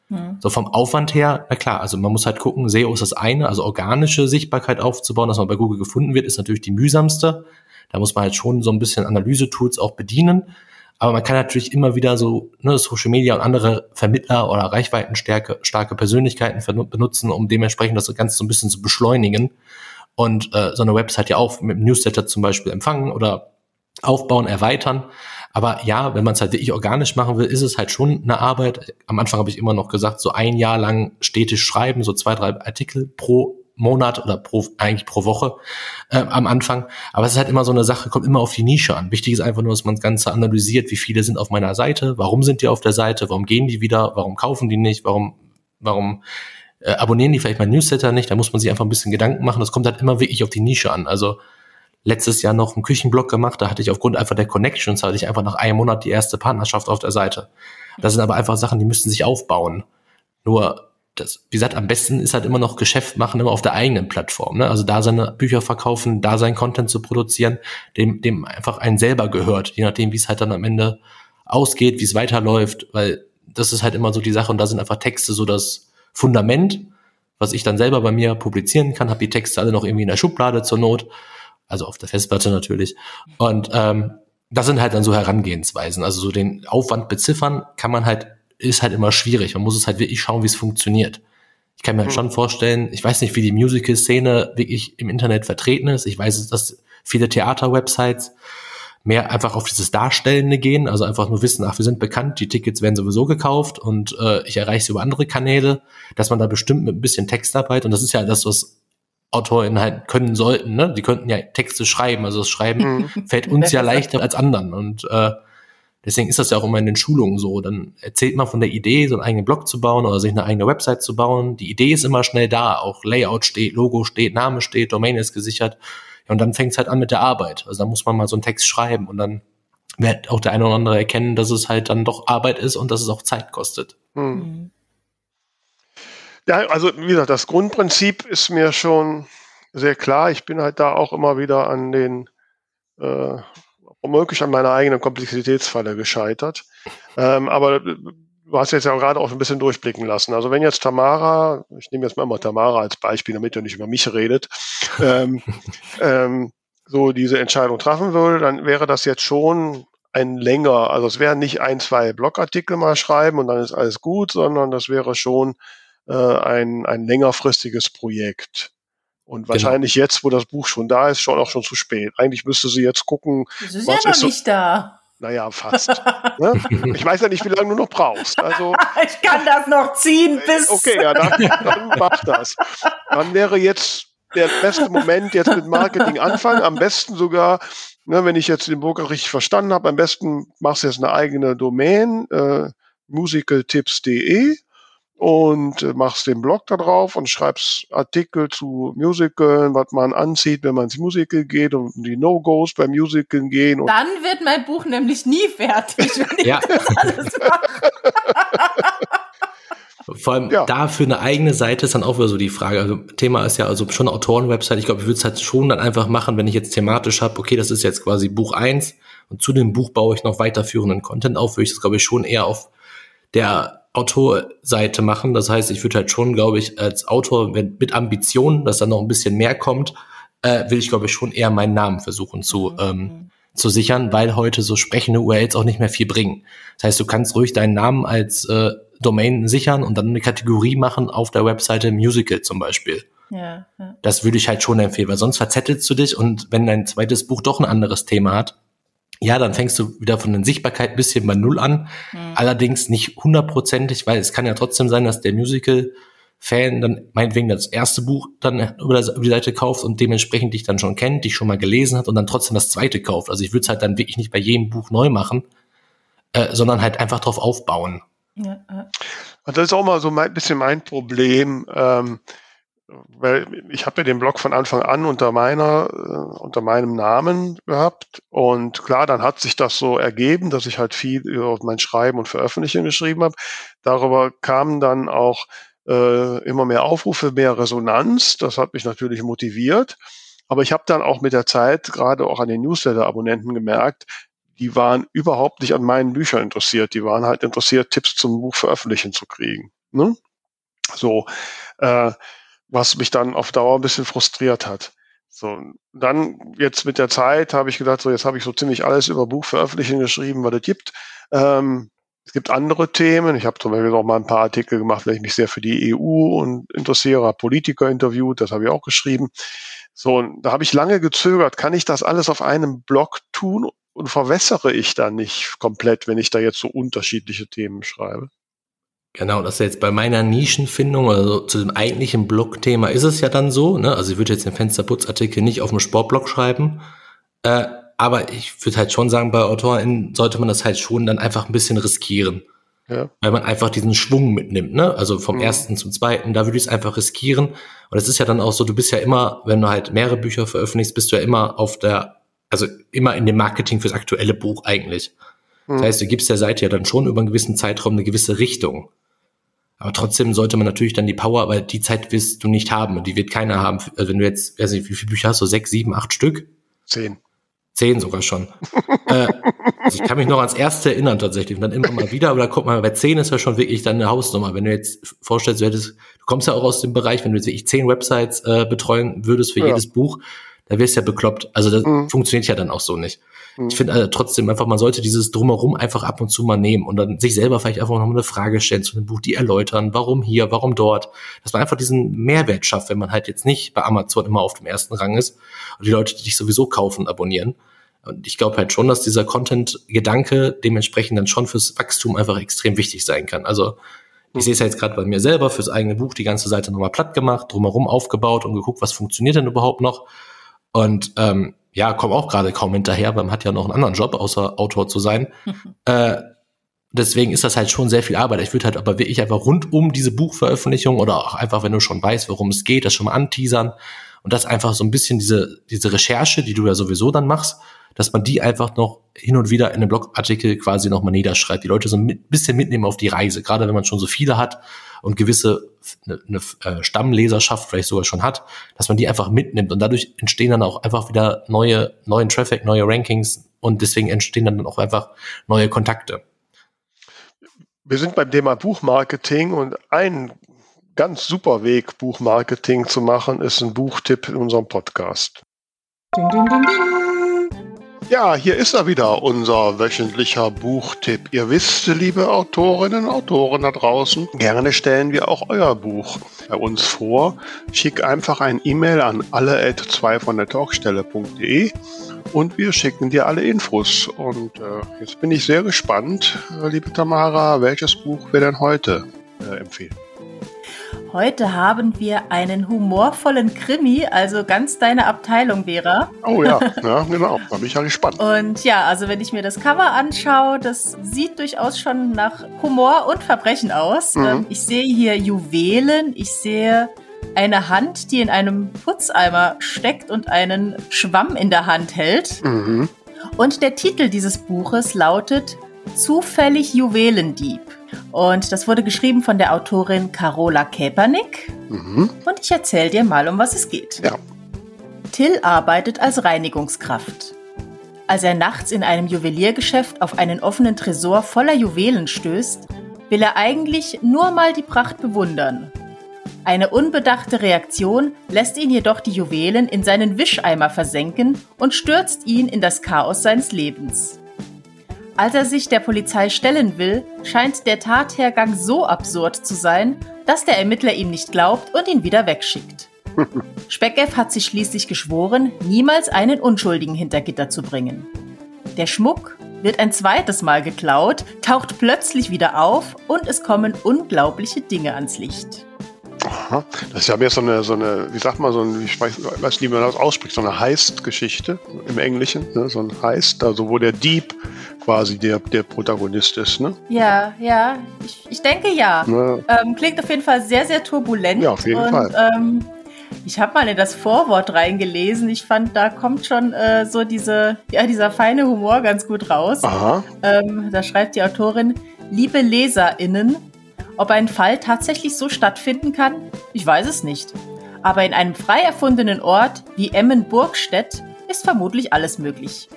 So vom Aufwand her, na klar, also man muss halt gucken, SEO ist das eine, also organische Sichtbarkeit aufzubauen, dass man bei Google gefunden wird, ist natürlich die mühsamste. Da muss man halt schon so ein bisschen Analyse-Tools auch bedienen. Aber man kann natürlich immer wieder so Social Media und andere Vermittler oder starke Persönlichkeiten benutzen, um dementsprechend das Ganze so ein bisschen zu beschleunigen. Und so eine Website ja auch mit einem Newsletter zum Beispiel empfangen oder aufbauen, erweitern. Aber ja, wenn man es halt wirklich organisch machen will, ist es halt schon eine Arbeit. Am Anfang habe ich immer noch gesagt, so ein Jahr lang stetig schreiben, so 2-3 Artikel pro Monat oder eigentlich pro Woche am Anfang. Aber es ist halt immer so eine Sache, kommt immer auf die Nische an. Wichtig ist einfach nur, dass man das Ganze analysiert, wie viele sind auf meiner Seite, warum sind die auf der Seite, warum gehen die wieder, warum kaufen die nicht, warum abonnieren die vielleicht mein Newsletter nicht. Da muss man sich einfach ein bisschen Gedanken machen. Das kommt halt immer wirklich auf die Nische an. Also letztes Jahr noch einen Küchenblog gemacht, da hatte ich aufgrund einfach der Connections, hatte ich einfach nach einem Monat die erste Partnerschaft auf der Seite. Das sind aber einfach Sachen, die müssten sich aufbauen. Nur, das, wie gesagt, am besten ist halt immer noch Geschäft machen, immer auf der eigenen Plattform. Ne? Also da seine Bücher verkaufen, da seinen Content zu produzieren, dem einfach einen selber gehört, je nachdem, wie es halt dann am Ende ausgeht, wie es weiterläuft, weil das ist halt immer so die Sache und da sind einfach Texte so das Fundament, was ich dann selber bei mir publizieren kann, habe die Texte alle noch irgendwie in der Schublade zur Not, also auf der Festplatte natürlich. Und das sind halt dann so Herangehensweisen. Also so den Aufwand beziffern ist halt immer schwierig. Man muss es halt wirklich schauen, wie es funktioniert. Ich kann mir halt schon vorstellen, ich weiß nicht, wie die Musical-Szene wirklich im Internet vertreten ist. Ich weiß, dass viele Theater-Websites mehr einfach auf dieses Darstellende gehen, also einfach nur wissen, wir sind bekannt, die Tickets werden sowieso gekauft und ich erreiche sie über andere Kanäle, dass man da bestimmt mit ein bisschen Textarbeit, und das ist ja das, was AutorInnen halt können sollten, ne? Die könnten ja Texte schreiben, also das Schreiben fällt uns ja leichter als anderen und deswegen ist das ja auch immer in den Schulungen so. Dann erzählt man von der Idee, so einen eigenen Blog zu bauen oder sich eine eigene Website zu bauen. Die Idee ist immer schnell da, auch Layout steht, Logo steht, Name steht, Domain ist gesichert. Ja, und dann fängt es halt an mit der Arbeit. Also da muss man mal so einen Text schreiben und dann wird auch der eine oder andere erkennen, dass es halt dann doch Arbeit ist und dass es auch Zeit kostet. Ja, also wie gesagt, das Grundprinzip ist mir schon sehr klar. Ich bin halt da auch immer wieder an den womöglich an meiner eigenen Komplexitätsfalle gescheitert. Aber du hast jetzt ja gerade auch ein bisschen durchblicken lassen. Also wenn jetzt Tamara, ich nehme jetzt mal Tamara als Beispiel, damit ihr nicht über mich redet, so diese Entscheidung treffen würde, dann wäre das jetzt schon also es wären nicht 1-2 Blogartikel mal schreiben und dann ist alles gut, sondern das wäre schon ein längerfristiges Projekt. Und wahrscheinlich jetzt, wo das Buch schon da ist, auch schon zu spät. Eigentlich müsste sie jetzt gucken. Das ist ja noch nicht da. Naja, fast. Ne? Ich weiß ja nicht, wie lange du noch brauchst. Also, ich kann das noch ziehen bis... Okay, ja, dann mach das. Dann wäre jetzt der beste Moment, jetzt mit Marketing anfangen. Am besten sogar, ne, wenn ich jetzt den Burkhard richtig verstanden habe, am besten machst du jetzt eine eigene Domain, musicaltipps.de. Und machst den Blog da drauf und schreibst Artikel zu Musicalen, was man anzieht, wenn man ins Musical geht und die No-Gos beim Musical gehen. Und dann wird mein Buch nämlich nie fertig, wenn ich das alles mache. Vor allem da für eine eigene Seite ist dann auch wieder so die Frage. Also Thema ist ja also schon eine Autorenwebsite. Ich glaube, ich würde es halt schon dann einfach machen, wenn ich jetzt thematisch habe, okay, das ist jetzt quasi Buch 1 und zu dem Buch baue ich noch weiterführenden Content auf, würde ich das, glaube ich, schon eher auf der Autorseite machen. Das heißt, ich würde halt schon, glaube ich, als Autor mit Ambitionen, dass da noch ein bisschen mehr kommt, will ich, glaube ich, schon eher meinen Namen versuchen zu sichern, weil heute so sprechende URLs auch nicht mehr viel bringen. Das heißt, du kannst ruhig deinen Namen als Domain sichern und dann eine Kategorie machen auf der Webseite Musical zum Beispiel. Ja. Das würde ich halt schon empfehlen, weil sonst verzettelst du dich und wenn dein zweites Buch doch ein anderes Thema hat, ja, dann fängst du wieder von der Sichtbarkeit ein bisschen bei Null an. Allerdings nicht 100%, weil es kann ja trotzdem sein, dass der Musical-Fan dann meinetwegen das erste Buch dann über die Seite kauft und dementsprechend dich dann schon kennt, dich schon mal gelesen hat und dann trotzdem das zweite kauft. Also ich würde es halt dann wirklich nicht bei jedem Buch neu machen, sondern halt einfach drauf aufbauen. Ja. Und das ist auch mal so ein bisschen mein Problem, weil ich habe ja den Blog von Anfang an unter meinem Namen gehabt und klar, dann hat sich das so ergeben, dass ich halt viel über mein Schreiben und Veröffentlichen geschrieben habe. Darüber kamen dann auch immer mehr Aufrufe, mehr Resonanz. Das hat mich natürlich motiviert. Aber ich habe dann auch mit der Zeit, gerade auch an den Newsletter-Abonnenten gemerkt, die waren überhaupt nicht an meinen Büchern interessiert. Die waren halt interessiert, Tipps zum Buch veröffentlichen zu kriegen. Ne? So, was mich dann auf Dauer ein bisschen frustriert hat. So, dann jetzt mit der Zeit habe ich gedacht, so jetzt habe ich so ziemlich alles über Buchveröffentlichen geschrieben, was es gibt. Es gibt andere Themen. Ich habe zum Beispiel auch mal ein paar Artikel gemacht, weil ich mich sehr für die EU und interessiere, habe Politiker interviewt, das habe ich auch geschrieben. So, und da habe ich lange gezögert, kann ich das alles auf einem Blog tun und verwässere ich da nicht komplett, wenn ich da jetzt so unterschiedliche Themen schreibe? Genau, das ist jetzt bei meiner Nischenfindung, also zu dem eigentlichen Blog-Thema ist es ja dann so, ne? Also ich würde jetzt den Fensterputzartikel nicht auf dem Sportblog schreiben, aber ich würde halt schon sagen, bei AutorInnen sollte man das halt schon dann einfach ein bisschen riskieren. Ja. Weil man einfach diesen Schwung mitnimmt, ne? Also vom ersten zum zweiten, da würde ich es einfach riskieren. Und es ist ja dann auch so, du bist ja immer, wenn du halt mehrere Bücher veröffentlichst, bist du ja immer immer in dem Marketing fürs aktuelle Buch eigentlich. Das heißt, du gibst der Seite ja dann schon über einen gewissen Zeitraum eine gewisse Richtung. Aber trotzdem sollte man natürlich dann die Power, weil die Zeit wirst du nicht haben und die wird keiner haben. Also wenn du jetzt, weiß nicht, wie viele Bücher hast du? 6, 7, 8 Stück? 10. 10 sogar schon. Also ich kann mich noch ans erste erinnern tatsächlich und dann immer mal wieder, aber da kommt man, bei 10 ist ja schon wirklich dann eine Hausnummer. Wenn du jetzt vorstellst, du kommst ja auch aus dem Bereich, wenn du jetzt wirklich 10 Websites betreuen würdest für jedes Buch, da wirst du ja bekloppt. Also das funktioniert ja dann auch so nicht. Ich finde trotzdem einfach, man sollte dieses Drumherum einfach ab und zu mal nehmen und dann sich selber vielleicht einfach noch mal eine Frage stellen zu dem Buch, die erläutern, warum hier, warum dort. Dass man einfach diesen Mehrwert schafft, wenn man halt jetzt nicht bei Amazon immer auf dem ersten Rang ist und die Leute, die dich sowieso kaufen, abonnieren. Und ich glaube halt schon, dass dieser Content-Gedanke dementsprechend dann schon fürs Wachstum einfach extrem wichtig sein kann. Also ich sehe es ja jetzt gerade bei mir selber, fürs eigene Buch die ganze Seite nochmal platt gemacht, drumherum aufgebaut und geguckt, was funktioniert denn überhaupt noch. Und komme auch gerade kaum hinterher, weil man hat ja noch einen anderen Job, außer Autor zu sein. Deswegen ist das halt schon sehr viel Arbeit. Ich würde halt aber wirklich einfach rund um diese Buchveröffentlichung oder auch einfach, wenn du schon weißt, worum es geht, das schon mal anteasern und das einfach so ein bisschen diese Recherche, die du ja sowieso dann machst, dass man die einfach noch hin und wieder in einem Blogartikel quasi nochmal niederschreibt. Die Leute so ein bisschen mitnehmen auf die Reise, gerade wenn man schon so viele hat und gewisse eine Stammleserschaft vielleicht sogar schon hat, dass man die einfach mitnimmt und dadurch entstehen dann auch einfach wieder neuen Traffic, neue Rankings und deswegen entstehen dann auch einfach neue Kontakte. Wir sind beim Thema Buchmarketing und ein ganz super Weg, Buchmarketing zu machen, ist ein Buchtipp in unserem Podcast. Ding, ding, ding, ding. Ja, hier ist er wieder, unser wöchentlicher Buchtipp. Ihr wisst, liebe Autorinnen und Autoren da draußen, gerne stellen wir auch euer Buch bei uns vor. Schick einfach ein E-Mail an alle@2von-der-talkstelle.de und wir schicken dir alle Infos. Und jetzt bin ich sehr gespannt, liebe Tamara, welches Buch wir denn heute empfehlen. Heute haben wir einen humorvollen Krimi, also ganz deine Abteilung, Vera. Oh ja, genau, da bin ich ja gespannt. Und ja, also wenn ich mir das Cover anschaue, das sieht durchaus schon nach Humor und Verbrechen aus. Ich sehe hier Juwelen, ich sehe eine Hand, die in einem Putzeimer steckt und einen Schwamm in der Hand hält. Und der Titel dieses Buches lautet Zufällig Juwelendieb. Und das wurde geschrieben von der Autorin Carola Kaepernick. Und ich erzähle dir mal, um was es geht. Ja. Till arbeitet als Reinigungskraft. Als er nachts in einem Juweliergeschäft auf einen offenen Tresor voller Juwelen stößt, will er eigentlich nur mal die Pracht bewundern. Eine unbedachte Reaktion lässt ihn jedoch die Juwelen in seinen Wischeimer versenken und stürzt ihn in das Chaos seines Lebens. Als er sich der Polizei stellen will, scheint der Tathergang so absurd zu sein, dass der Ermittler ihm nicht glaubt und ihn wieder wegschickt. Speckeff hat sich schließlich geschworen, niemals einen Unschuldigen hinter Gitter zu bringen. Der Schmuck wird ein zweites Mal geklaut, taucht plötzlich wieder auf und es kommen unglaubliche Dinge ans Licht. Aha. Das ist ja mehr so eine, wie sagt man, ich weiß nicht, wie man das ausspricht, so eine Heist-Geschichte im Englischen, ne? So ein Heist, also wo der Dieb quasi der Protagonist ist, ne? Ja, ich denke ja. Klingt auf jeden Fall sehr, sehr turbulent. Ja, auf jeden Fall. Ich habe mal in das Vorwort reingelesen. Ich fand, da kommt schon so dieser feine Humor ganz gut raus. Aha. Da schreibt die Autorin, liebe LeserInnen, ob ein Fall tatsächlich so stattfinden kann? Ich weiß es nicht. Aber in einem frei erfundenen Ort wie Emmen-Burgstedt ist vermutlich alles möglich.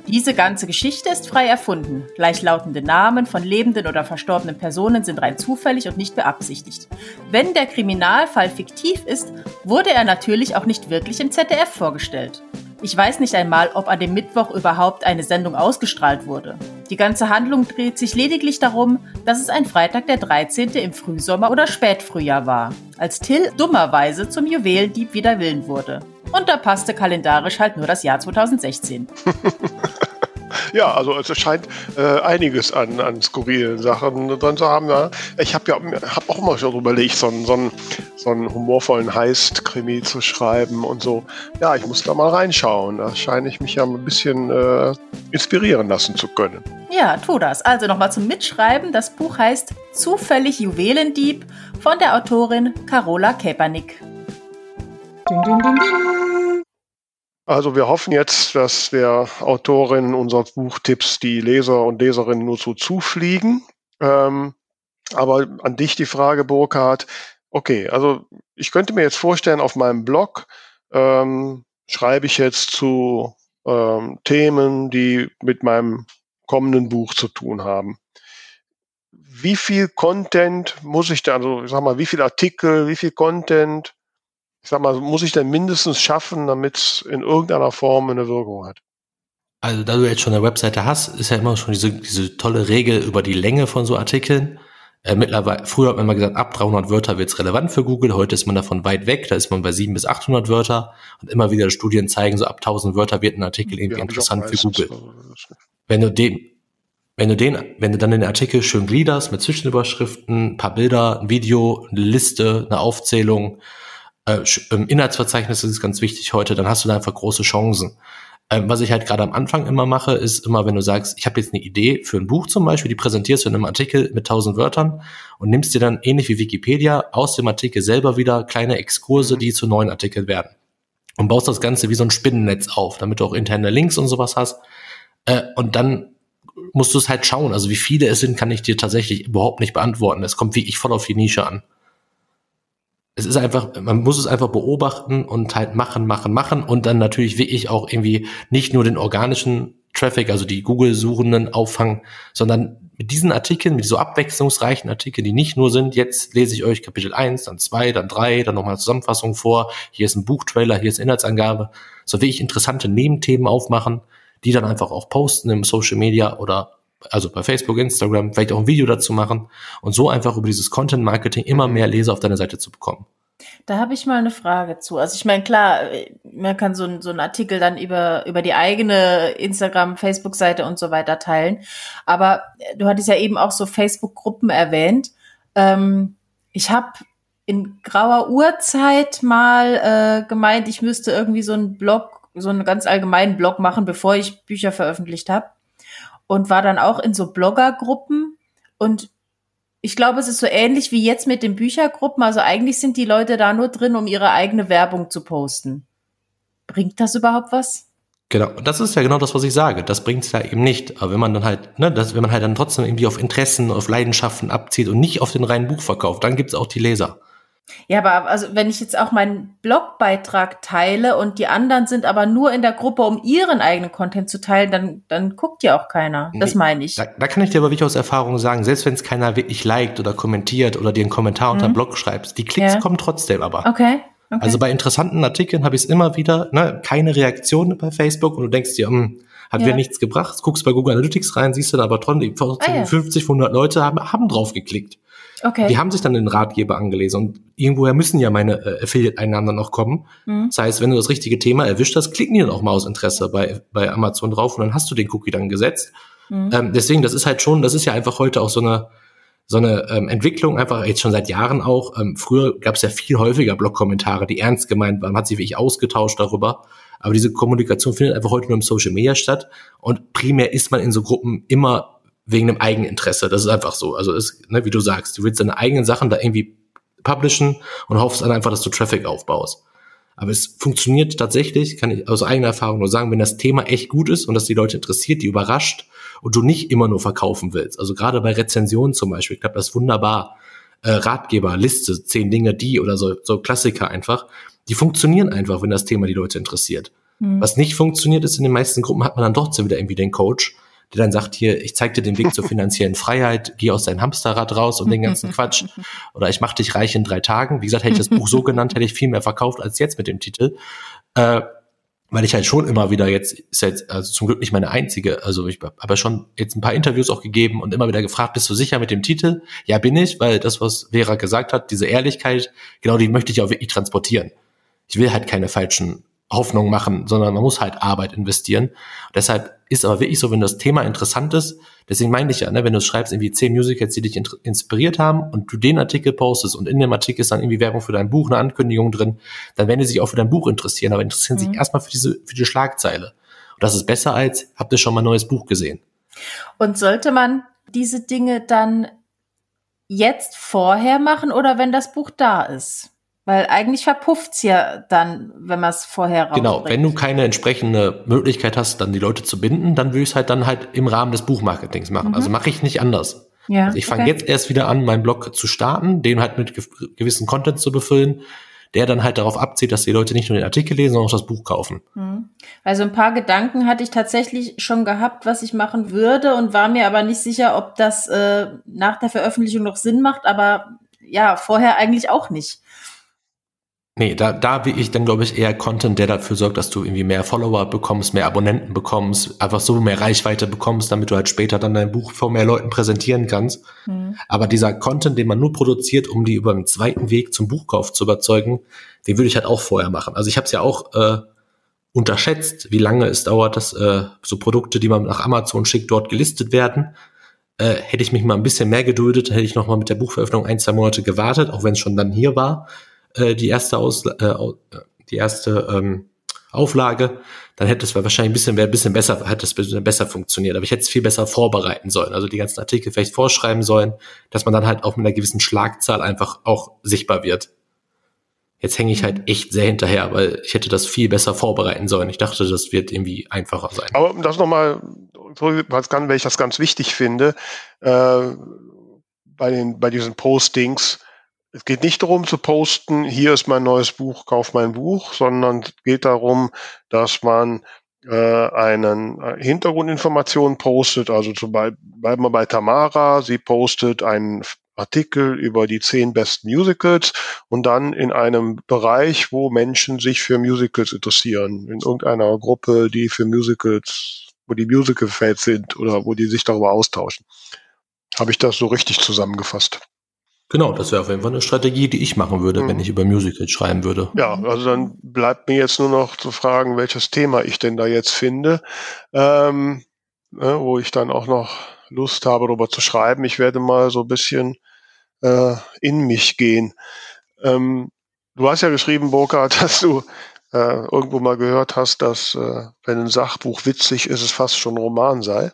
Diese ganze Geschichte ist frei erfunden. Gleichlautende Namen von lebenden oder verstorbenen Personen sind rein zufällig und nicht beabsichtigt. Wenn der Kriminalfall fiktiv ist, wurde er natürlich auch nicht wirklich im ZDF vorgestellt. Ich weiß nicht einmal, ob an dem Mittwoch überhaupt eine Sendung ausgestrahlt wurde. Die ganze Handlung dreht sich lediglich darum, dass es ein Freitag der 13. im Frühsommer oder Spätfrühjahr war, als Till dummerweise zum Juwelendieb wider Willen wurde. Und da passte kalendarisch halt nur das Jahr 2016. Ja, also es scheint einiges an skurrilen Sachen drin zu haben. Ja. Ich habe auch mal schon überlegt, so einen humorvollen Heist-Krimi zu schreiben und so. Ja, ich muss da mal reinschauen. Da scheine ich mich ja ein bisschen inspirieren lassen zu können. Ja, tu das. Also nochmal zum Mitschreiben. Das Buch heißt Zufällig Juwelendieb von der Autorin Carola Kaepernick. Ding, ding, ding, ding. Also wir hoffen jetzt, dass der Autorin unseres Buchtipps die Leser und Leserinnen nur so zufliegen. Aber an dich die Frage, Burkhard. Okay, also ich könnte mir jetzt vorstellen, auf meinem Blog schreibe ich jetzt zu Themen, die mit meinem kommenden Buch zu tun haben. Wie viel Content muss ich da, also ich sag mal, wie viel Artikel, wie viel Content, ich sag mal, muss ich denn mindestens schaffen, damit es in irgendeiner Form eine Wirkung hat? Also da du jetzt schon eine Webseite hast, ist ja immer schon diese tolle Regel über die Länge von so Artikeln. Mittlerweile, früher hat man mal gesagt, ab 300 Wörter wird's relevant für Google, heute ist man davon weit weg, da ist man bei 700 bis 800 Wörter und immer wieder Studien zeigen, so ab 1000 Wörter wird ein Artikel irgendwie interessant für Google. Wenn du dann den Artikel schön gliederst mit Zwischenüberschriften, ein paar Bilder, ein Video, eine Liste, eine Aufzählung, Inhaltsverzeichnis ist ganz wichtig heute, dann hast du da einfach große Chancen. Was ich halt gerade am Anfang immer mache, ist immer, wenn du sagst, ich habe jetzt eine Idee für ein Buch zum Beispiel, die präsentierst du in einem Artikel mit 1000 Wörtern und nimmst dir dann ähnlich wie Wikipedia aus dem Artikel selber wieder kleine Exkurse, die zu neuen Artikeln werden. Und baust das Ganze wie so ein Spinnennetz auf, damit du auch interne Links und sowas hast. Und dann musst du es halt schauen. Also wie viele es sind, kann ich dir tatsächlich überhaupt nicht beantworten. Es kommt wirklich voll auf die Nische an. Es ist einfach, man muss es einfach beobachten und halt machen und dann natürlich wirklich auch irgendwie nicht nur den organischen Traffic, also die Google-Suchenden auffangen, sondern mit diesen Artikeln, mit so abwechslungsreichen Artikeln, die nicht nur sind, jetzt lese ich euch Kapitel 1, dann 2, dann 3, dann nochmal eine Zusammenfassung vor, hier ist ein Buchtrailer, hier ist Inhaltsangabe, so wirklich interessante Nebenthemen aufmachen, die dann einfach auch posten im Social Media oder also bei Facebook, Instagram, vielleicht auch ein Video dazu machen und so einfach über dieses Content-Marketing immer mehr Leser auf deine Seite zu bekommen. Da habe ich mal eine Frage zu. Also ich meine, klar, man kann so einen Artikel dann über die eigene Instagram, Facebook-Seite und so weiter teilen. Aber du hattest ja eben auch so Facebook-Gruppen erwähnt. Ich habe in grauer Urzeit mal gemeint, ich müsste irgendwie so einen Blog, so einen ganz allgemeinen Blog machen, bevor ich Bücher veröffentlicht habe. Und war dann auch in so Bloggergruppen und ich glaube, es ist so ähnlich wie jetzt mit den Büchergruppen. Also eigentlich sind die Leute da nur drin, um ihre eigene Werbung zu posten. Bringt das überhaupt was? Genau, das ist ja genau das, was ich sage. Das bringt es ja eben nicht. Aber wenn man dann halt, wenn man halt dann trotzdem irgendwie auf Interessen, auf Leidenschaften abzieht und nicht auf den reinen Buchverkauf, dann gibt's auch die Leser. Ja, aber also wenn ich jetzt auch meinen Blogbeitrag teile und die anderen sind aber nur in der Gruppe, um ihren eigenen Content zu teilen, dann guckt ja auch keiner. Das meine ich. Da kann ich dir aber wirklich aus Erfahrung sagen, selbst wenn es keiner wirklich liked oder kommentiert oder dir einen Kommentar unter den Blog schreibst, die Klicks kommen trotzdem aber. Okay. Also bei interessanten Artikeln habe ich es immer wieder, keine Reaktion bei Facebook und du denkst dir, hat wieder nichts gebracht, guckst bei Google Analytics rein, siehst du dann aber trotzdem 50, 100 Leute haben drauf geklickt. Okay. Die haben sich dann den Ratgeber angelesen und irgendwoher müssen ja meine Affiliate-Einnahmen dann noch kommen. Das heißt, wenn du das richtige Thema erwischt hast, klicken die dann auch mal aus Interesse bei Amazon drauf und dann hast du den Cookie dann gesetzt. Deswegen, das ist halt schon, das ist ja einfach heute auch so eine Entwicklung, einfach jetzt schon seit Jahren auch. Früher gab es ja viel häufiger Blog-Kommentare, die ernst gemeint waren, hat sich wirklich ausgetauscht darüber. Aber diese Kommunikation findet einfach heute nur im Social Media statt und primär ist man in so Gruppen immer wegen einem Eigeninteresse. Das ist einfach so. Also wie du sagst, du willst deine eigenen Sachen da irgendwie publishen und hoffst dann einfach, dass du Traffic aufbaust. Aber es funktioniert tatsächlich, kann ich aus eigener Erfahrung nur sagen, wenn das Thema echt gut ist und das die Leute interessiert, die überrascht und du nicht immer nur verkaufen willst. Also gerade bei Rezensionen zum Beispiel, klappt das wunderbar. Ratgeber, Liste, 10 Dinge, die oder so Klassiker einfach. Die funktionieren einfach, wenn das Thema die Leute interessiert. Was nicht funktioniert ist, in den meisten Gruppen hat man dann trotzdem wieder irgendwie den Coach, der dann sagt, hier, ich zeig dir den Weg zur finanziellen Freiheit, geh aus deinem Hamsterrad raus und den ganzen Quatsch. Oder ich mach dich reich in 3 Tagen. Wie gesagt, hätte ich das Buch so genannt, hätte ich viel mehr verkauft als jetzt mit dem Titel. Weil ich halt schon immer wieder ist jetzt also zum Glück nicht meine einzige, also ich habe ja schon jetzt ein paar Interviews auch gegeben und immer wieder gefragt, bist du sicher mit dem Titel? Ja, bin ich, weil das, was Vera gesagt hat, diese Ehrlichkeit, genau die möchte ich auch wirklich transportieren. Ich will halt keine falschen Hoffnungen machen, sondern man muss halt Arbeit investieren. Und deshalb ist aber wirklich so, wenn das Thema interessant ist, deswegen meine ich ja, ne, wenn du schreibst irgendwie 10 Musicals, die dich inspiriert haben und du den Artikel postest und in dem Artikel ist dann irgendwie Werbung für dein Buch, eine Ankündigung drin, dann werden die sich auch für dein Buch interessieren, aber interessieren sich erstmal für die Schlagzeile. Und das ist besser als, habt ihr schon mal ein neues Buch gesehen? Und sollte man diese Dinge dann jetzt vorher machen oder wenn das Buch da ist? Weil eigentlich verpufft's ja dann, wenn man es vorher rausbringt. Genau, wenn du keine entsprechende Möglichkeit hast, dann die Leute zu binden, dann würde ich es halt dann halt im Rahmen des Buchmarketings machen. Also mache ich nicht anders. Ja, also ich fange jetzt erst wieder an, meinen Blog zu starten, den halt mit gewissen Content zu befüllen, der dann halt darauf abzielt, dass die Leute nicht nur den Artikel lesen, sondern auch das Buch kaufen. Also ein paar Gedanken hatte ich tatsächlich schon gehabt, was ich machen würde und war mir aber nicht sicher, ob das nach der Veröffentlichung noch Sinn macht, aber ja, vorher eigentlich auch nicht. Nee, da will ich dann, glaube ich, eher Content, der dafür sorgt, dass du irgendwie mehr Follower bekommst, mehr Abonnenten bekommst, einfach so mehr Reichweite bekommst, damit du halt später dann dein Buch vor mehr Leuten präsentieren kannst. Aber dieser Content, den man nur produziert, um die über den zweiten Weg zum Buchkauf zu überzeugen, den würde ich halt auch vorher machen. Also ich habe es ja auch unterschätzt, wie lange es dauert, dass so Produkte, die man nach Amazon schickt, dort gelistet werden. Hätte ich mich mal ein bisschen mehr geduldet, hätte ich noch mal mit der Buchveröffentlichung 1-2 Monate gewartet, auch wenn es schon dann hier war. Die erste Auflage, dann hätte es wahrscheinlich ein bisschen besser funktioniert. Aber ich hätte es viel besser vorbereiten sollen. Also die ganzen Artikel vielleicht vorschreiben sollen, dass man dann halt auch mit einer gewissen Schlagzahl einfach auch sichtbar wird. Jetzt hänge ich halt echt sehr hinterher, weil ich hätte das viel besser vorbereiten sollen. Ich dachte, das wird irgendwie einfacher sein. Aber das nochmal, weil ich das ganz wichtig finde, bei diesen Postings, es geht nicht darum zu posten, hier ist mein neues Buch, kauf mein Buch, sondern es geht darum, dass man einen Hintergrundinformationen postet. Also bleiben wir bei Tamara, sie postet einen Artikel über die 10 besten Musicals und dann in einem Bereich, wo Menschen sich für Musicals interessieren, in irgendeiner Gruppe, die für Musicals, wo die Musical-Fans sind oder wo die sich darüber austauschen. Habe ich das so richtig zusammengefasst? Genau, das wäre auf jeden Fall eine Strategie, die ich machen würde, wenn ich über Musicals schreiben würde. Ja, also dann bleibt mir jetzt nur noch zu fragen, welches Thema ich denn da jetzt finde, wo ich dann auch noch Lust habe, darüber zu schreiben. Ich werde mal so ein bisschen in mich gehen. Du hast ja geschrieben, Burkhard, dass du irgendwo mal gehört hast, dass wenn ein Sachbuch witzig ist, es fast schon ein Roman sei.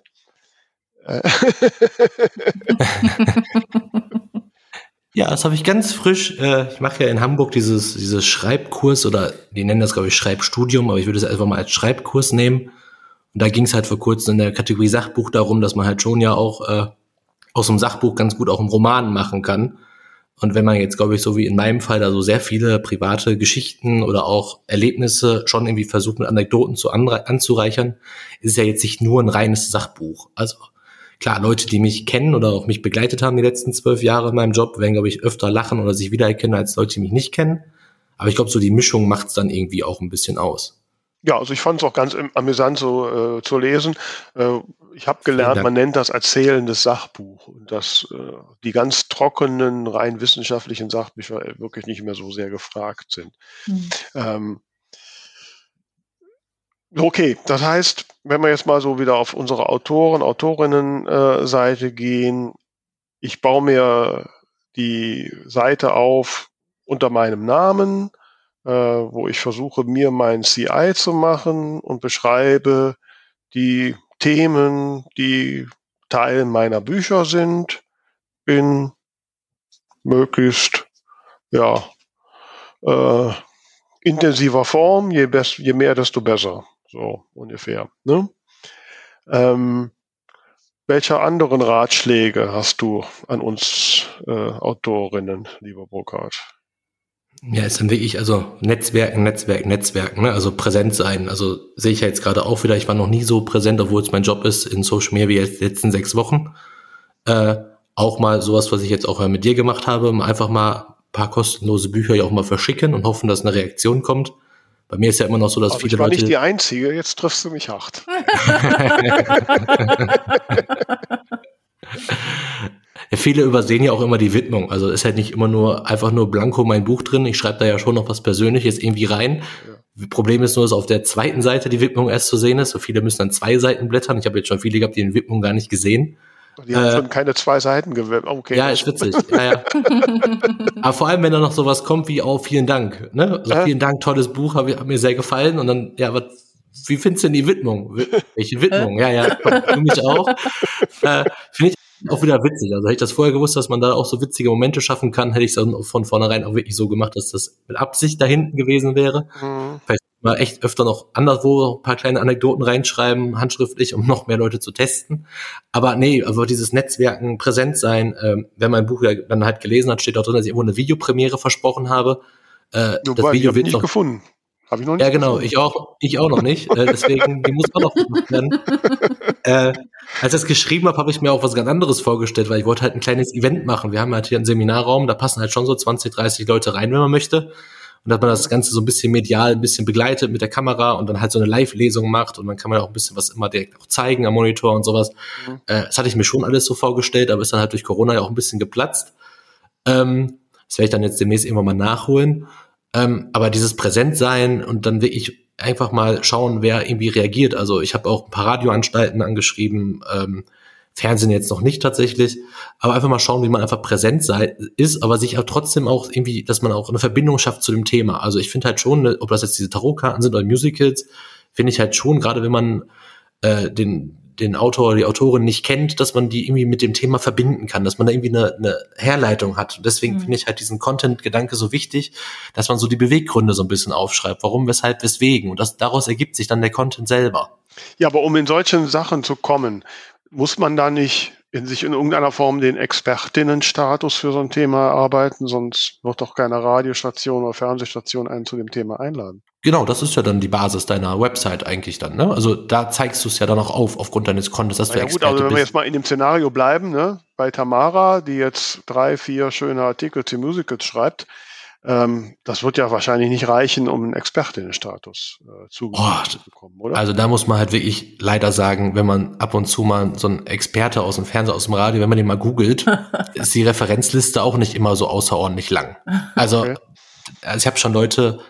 Ja, das habe ich ganz frisch. Ich mache ja in Hamburg dieses Schreibkurs oder die nennen das, glaube ich, Schreibstudium, aber ich würde es einfach mal als Schreibkurs nehmen. Und da ging es halt vor kurzem in der Kategorie Sachbuch darum, dass man halt schon ja auch aus einem Sachbuch ganz gut auch einen Roman machen kann. Und wenn man jetzt, glaube ich, so wie in meinem Fall da so sehr viele private Geschichten oder auch Erlebnisse schon irgendwie versucht, mit Anekdoten anzureichern, ist es ja jetzt nicht nur ein reines Sachbuch. Also klar, Leute, die mich kennen oder auch mich begleitet haben die letzten 12 Jahre in meinem Job, werden, glaube ich, öfter lachen oder sich wiedererkennen als Leute, die mich nicht kennen. Aber ich glaube, so die Mischung macht es dann irgendwie auch ein bisschen aus. Ja, also ich fand es auch ganz amüsant so zu lesen. Ich habe gelernt, man nennt das erzählendes Sachbuch. Und dass die ganz trockenen, rein wissenschaftlichen Sachbücher wirklich nicht mehr so sehr gefragt sind. Okay, das heißt, wenn wir jetzt mal so wieder auf unsere Autorinnen-Seite gehen, ich baue mir die Seite auf unter meinem Namen, wo ich versuche, mir mein CI zu machen und beschreibe die Themen, die Teil meiner Bücher sind, in möglichst intensiver Form, je mehr, desto besser. So ungefähr. Ne? Welche anderen Ratschläge hast du an uns Autorinnen, lieber Burkhard? Ja, ist dann wirklich, also Netzwerken, ne? Also präsent sein. Also sehe ich ja jetzt gerade auch wieder, ich war noch nie so präsent, obwohl es mein Job ist, in Social Media wie jetzt die letzten 6 Wochen. Auch mal sowas, was ich jetzt auch mit dir gemacht habe, einfach mal ein paar kostenlose Bücher ja auch mal verschicken und hoffen, dass eine Reaktion kommt. Bei mir ist ja immer noch so, dass Aber viele ich war Leute... nicht die Einzige, jetzt triffst du mich hart. Ja, viele übersehen ja auch immer die Widmung. Also ist halt nicht immer nur einfach nur blanko mein Buch drin. Ich schreibe da ja schon noch was Persönliches irgendwie rein. Ja. Problem ist nur, dass auf der zweiten Seite die Widmung erst zu sehen ist. So viele müssen dann 2 Seiten blättern. Ich habe jetzt schon viele gehabt, die die Widmung gar nicht gesehen. Die haben schon keine 2 Seiten gewählt. Okay. Ja, ist witzig. Ja. Aber vor allem, wenn da noch sowas kommt wie, vielen Dank. Ne? Also vielen Dank, tolles Buch, hat mir sehr gefallen. Und dann, wie findest du denn die Widmung? Welche Widmung? Ja, für mich auch. Finde ich auch wieder witzig. Also hätte ich das vorher gewusst, dass man da auch so witzige Momente schaffen kann, hätte ich es dann von vornherein auch wirklich so gemacht, dass das mit Absicht da hinten gewesen wäre. Vielleicht mal echt öfter noch anderswo ein paar kleine Anekdoten reinschreiben, handschriftlich, um noch mehr Leute zu testen. Aber nee, aber dieses Netzwerken, präsent sein, wenn man ein Buch ja dann halt gelesen hat, steht auch drin, dass ich irgendwo eine Videopremiere versprochen habe. Das Video wird nicht gefunden. Habe ich noch nicht. Ja, genau, gefunden. Ich auch noch nicht. Deswegen, die muss auch noch gemacht werden. Als ich das geschrieben habe ich mir auch was ganz anderes vorgestellt, weil ich wollte halt ein kleines Event machen. Wir haben halt hier einen Seminarraum, da passen halt schon so 20, 30 Leute rein, wenn man möchte. Und dass man das Ganze so ein bisschen medial, ein bisschen begleitet mit der Kamera und dann halt so eine Live-Lesung macht und dann kann man auch ein bisschen was immer direkt auch zeigen am Monitor und sowas. Das hatte ich mir schon alles so vorgestellt, aber ist dann halt durch Corona ja auch ein bisschen geplatzt. Das werde ich dann jetzt demnächst irgendwann mal nachholen. Aber dieses Präsentsein und dann wirklich einfach mal schauen, wer irgendwie reagiert. Also ich habe auch ein paar Radioanstalten angeschrieben, Fernsehen jetzt noch nicht tatsächlich, aber einfach mal schauen, wie man einfach präsent ist, aber sich auch trotzdem auch irgendwie, dass man auch eine Verbindung schafft zu dem Thema. Also ich finde halt schon, ob das jetzt diese Tarotkarten sind oder Musicals, finde ich halt schon, gerade wenn man den Autor oder die Autorin nicht kennt, dass man die irgendwie mit dem Thema verbinden kann, dass man da irgendwie eine Herleitung hat. Und deswegen finde ich halt diesen Content-Gedanke so wichtig, dass man so die Beweggründe so ein bisschen aufschreibt. Warum, weshalb, weswegen. Und daraus ergibt sich dann der Content selber. Ja, aber um in solchen Sachen zu kommen, muss man da nicht in irgendeiner Form den Expertinnenstatus für so ein Thema erarbeiten, sonst wird doch keine Radiostation oder Fernsehstation einen zu dem Thema einladen. Genau, das ist ja dann die Basis deiner Website eigentlich dann, ne? Also da zeigst du es ja dann auch aufgrund deines Contents, dass du Experte bist. Also wenn wir jetzt mal in dem Szenario bleiben, ne? Bei Tamara, die jetzt 3, 4 schöne Artikel zu Musicals schreibt, das wird ja wahrscheinlich nicht reichen, um einen Expertinnenstatus zu bekommen, oder? Also da muss man halt wirklich leider sagen, wenn man ab und zu mal so ein Experte aus dem Fernsehen, aus dem Radio, wenn man den mal googelt, ist die Referenzliste auch nicht immer so außerordentlich lang. Also, ich habe schon Leute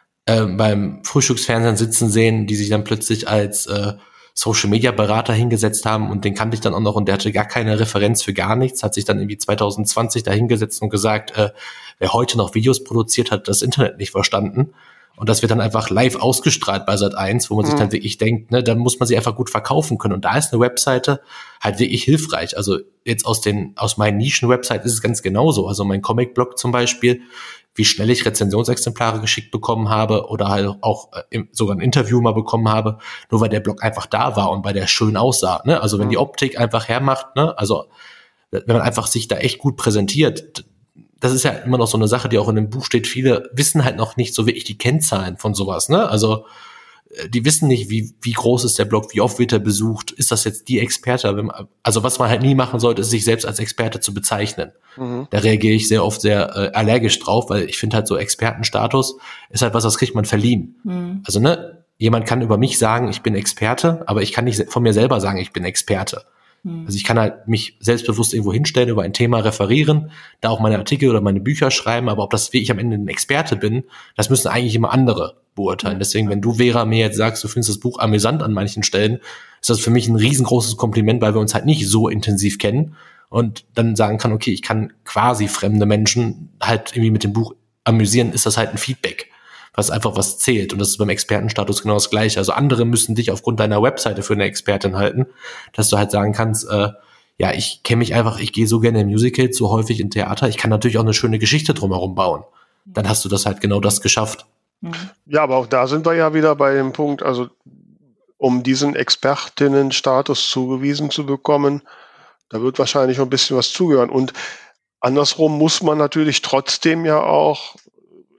beim Frühstücksfernsehen sitzen sehen, die sich dann plötzlich als Social-Media-Berater hingesetzt haben und den kannte ich dann auch noch und der hatte gar keine Referenz für gar nichts, hat sich dann irgendwie 2020 da hingesetzt und gesagt, wer heute noch Videos produziert, hat das Internet nicht verstanden. Und das wird dann einfach live ausgestrahlt bei Sat.1, wo man sich dann wirklich denkt, ne, da muss man sie einfach gut verkaufen können. Und da ist eine Webseite halt wirklich hilfreich. Also jetzt aus meinen Nischen-Websites ist es ganz genauso. Also mein Comic-Blog zum Beispiel, wie schnell ich Rezensionsexemplare geschickt bekommen habe oder halt auch sogar ein Interview mal bekommen habe, nur weil der Blog einfach da war und weil der schön aussah. Ne? Also wenn die Optik einfach hermacht, ne? Also wenn man einfach sich da echt gut präsentiert, das ist ja immer noch so eine Sache, die auch in dem Buch steht. Viele wissen halt noch nicht so wirklich die Kennzahlen von sowas. Ne? Also die wissen nicht, wie groß ist der Blog, wie oft wird er besucht, ist das jetzt die Experte? Also was man halt nie machen sollte, ist sich selbst als Experte zu bezeichnen. Da reagiere ich sehr oft sehr allergisch drauf, weil ich finde halt so Expertenstatus ist halt was, das kriegt man verliehen. Also ne, jemand kann über mich sagen, ich bin Experte, aber ich kann nicht von mir selber sagen, ich bin Experte. Also ich kann halt mich selbstbewusst irgendwo hinstellen, über ein Thema referieren, da auch meine Artikel oder meine Bücher schreiben, aber ob das wie ich am Ende ein Experte bin, das müssen eigentlich immer andere beurteilen. Deswegen, wenn du, Vera, mir jetzt sagst, du findest das Buch amüsant an manchen Stellen, ist das für mich ein riesengroßes Kompliment, weil wir uns halt nicht so intensiv kennen und dann sagen kann, okay, ich kann quasi fremde Menschen halt irgendwie mit dem Buch amüsieren, ist das halt ein Feedback, was einfach was zählt. Und das ist beim Expertenstatus genau das Gleiche. Also andere müssen dich aufgrund deiner Webseite für eine Expertin halten, dass du halt sagen kannst, ja, ich kenne mich einfach, ich gehe so gerne in Musicals, so häufig in Theater, ich kann natürlich auch eine schöne Geschichte drumherum bauen. Dann hast du das halt genau das geschafft. Ja, aber auch da sind wir ja wieder bei dem Punkt, also um diesen Expertinnenstatus zugewiesen zu bekommen, da wird wahrscheinlich noch ein bisschen was zugehören. Und andersrum muss man natürlich trotzdem ja auch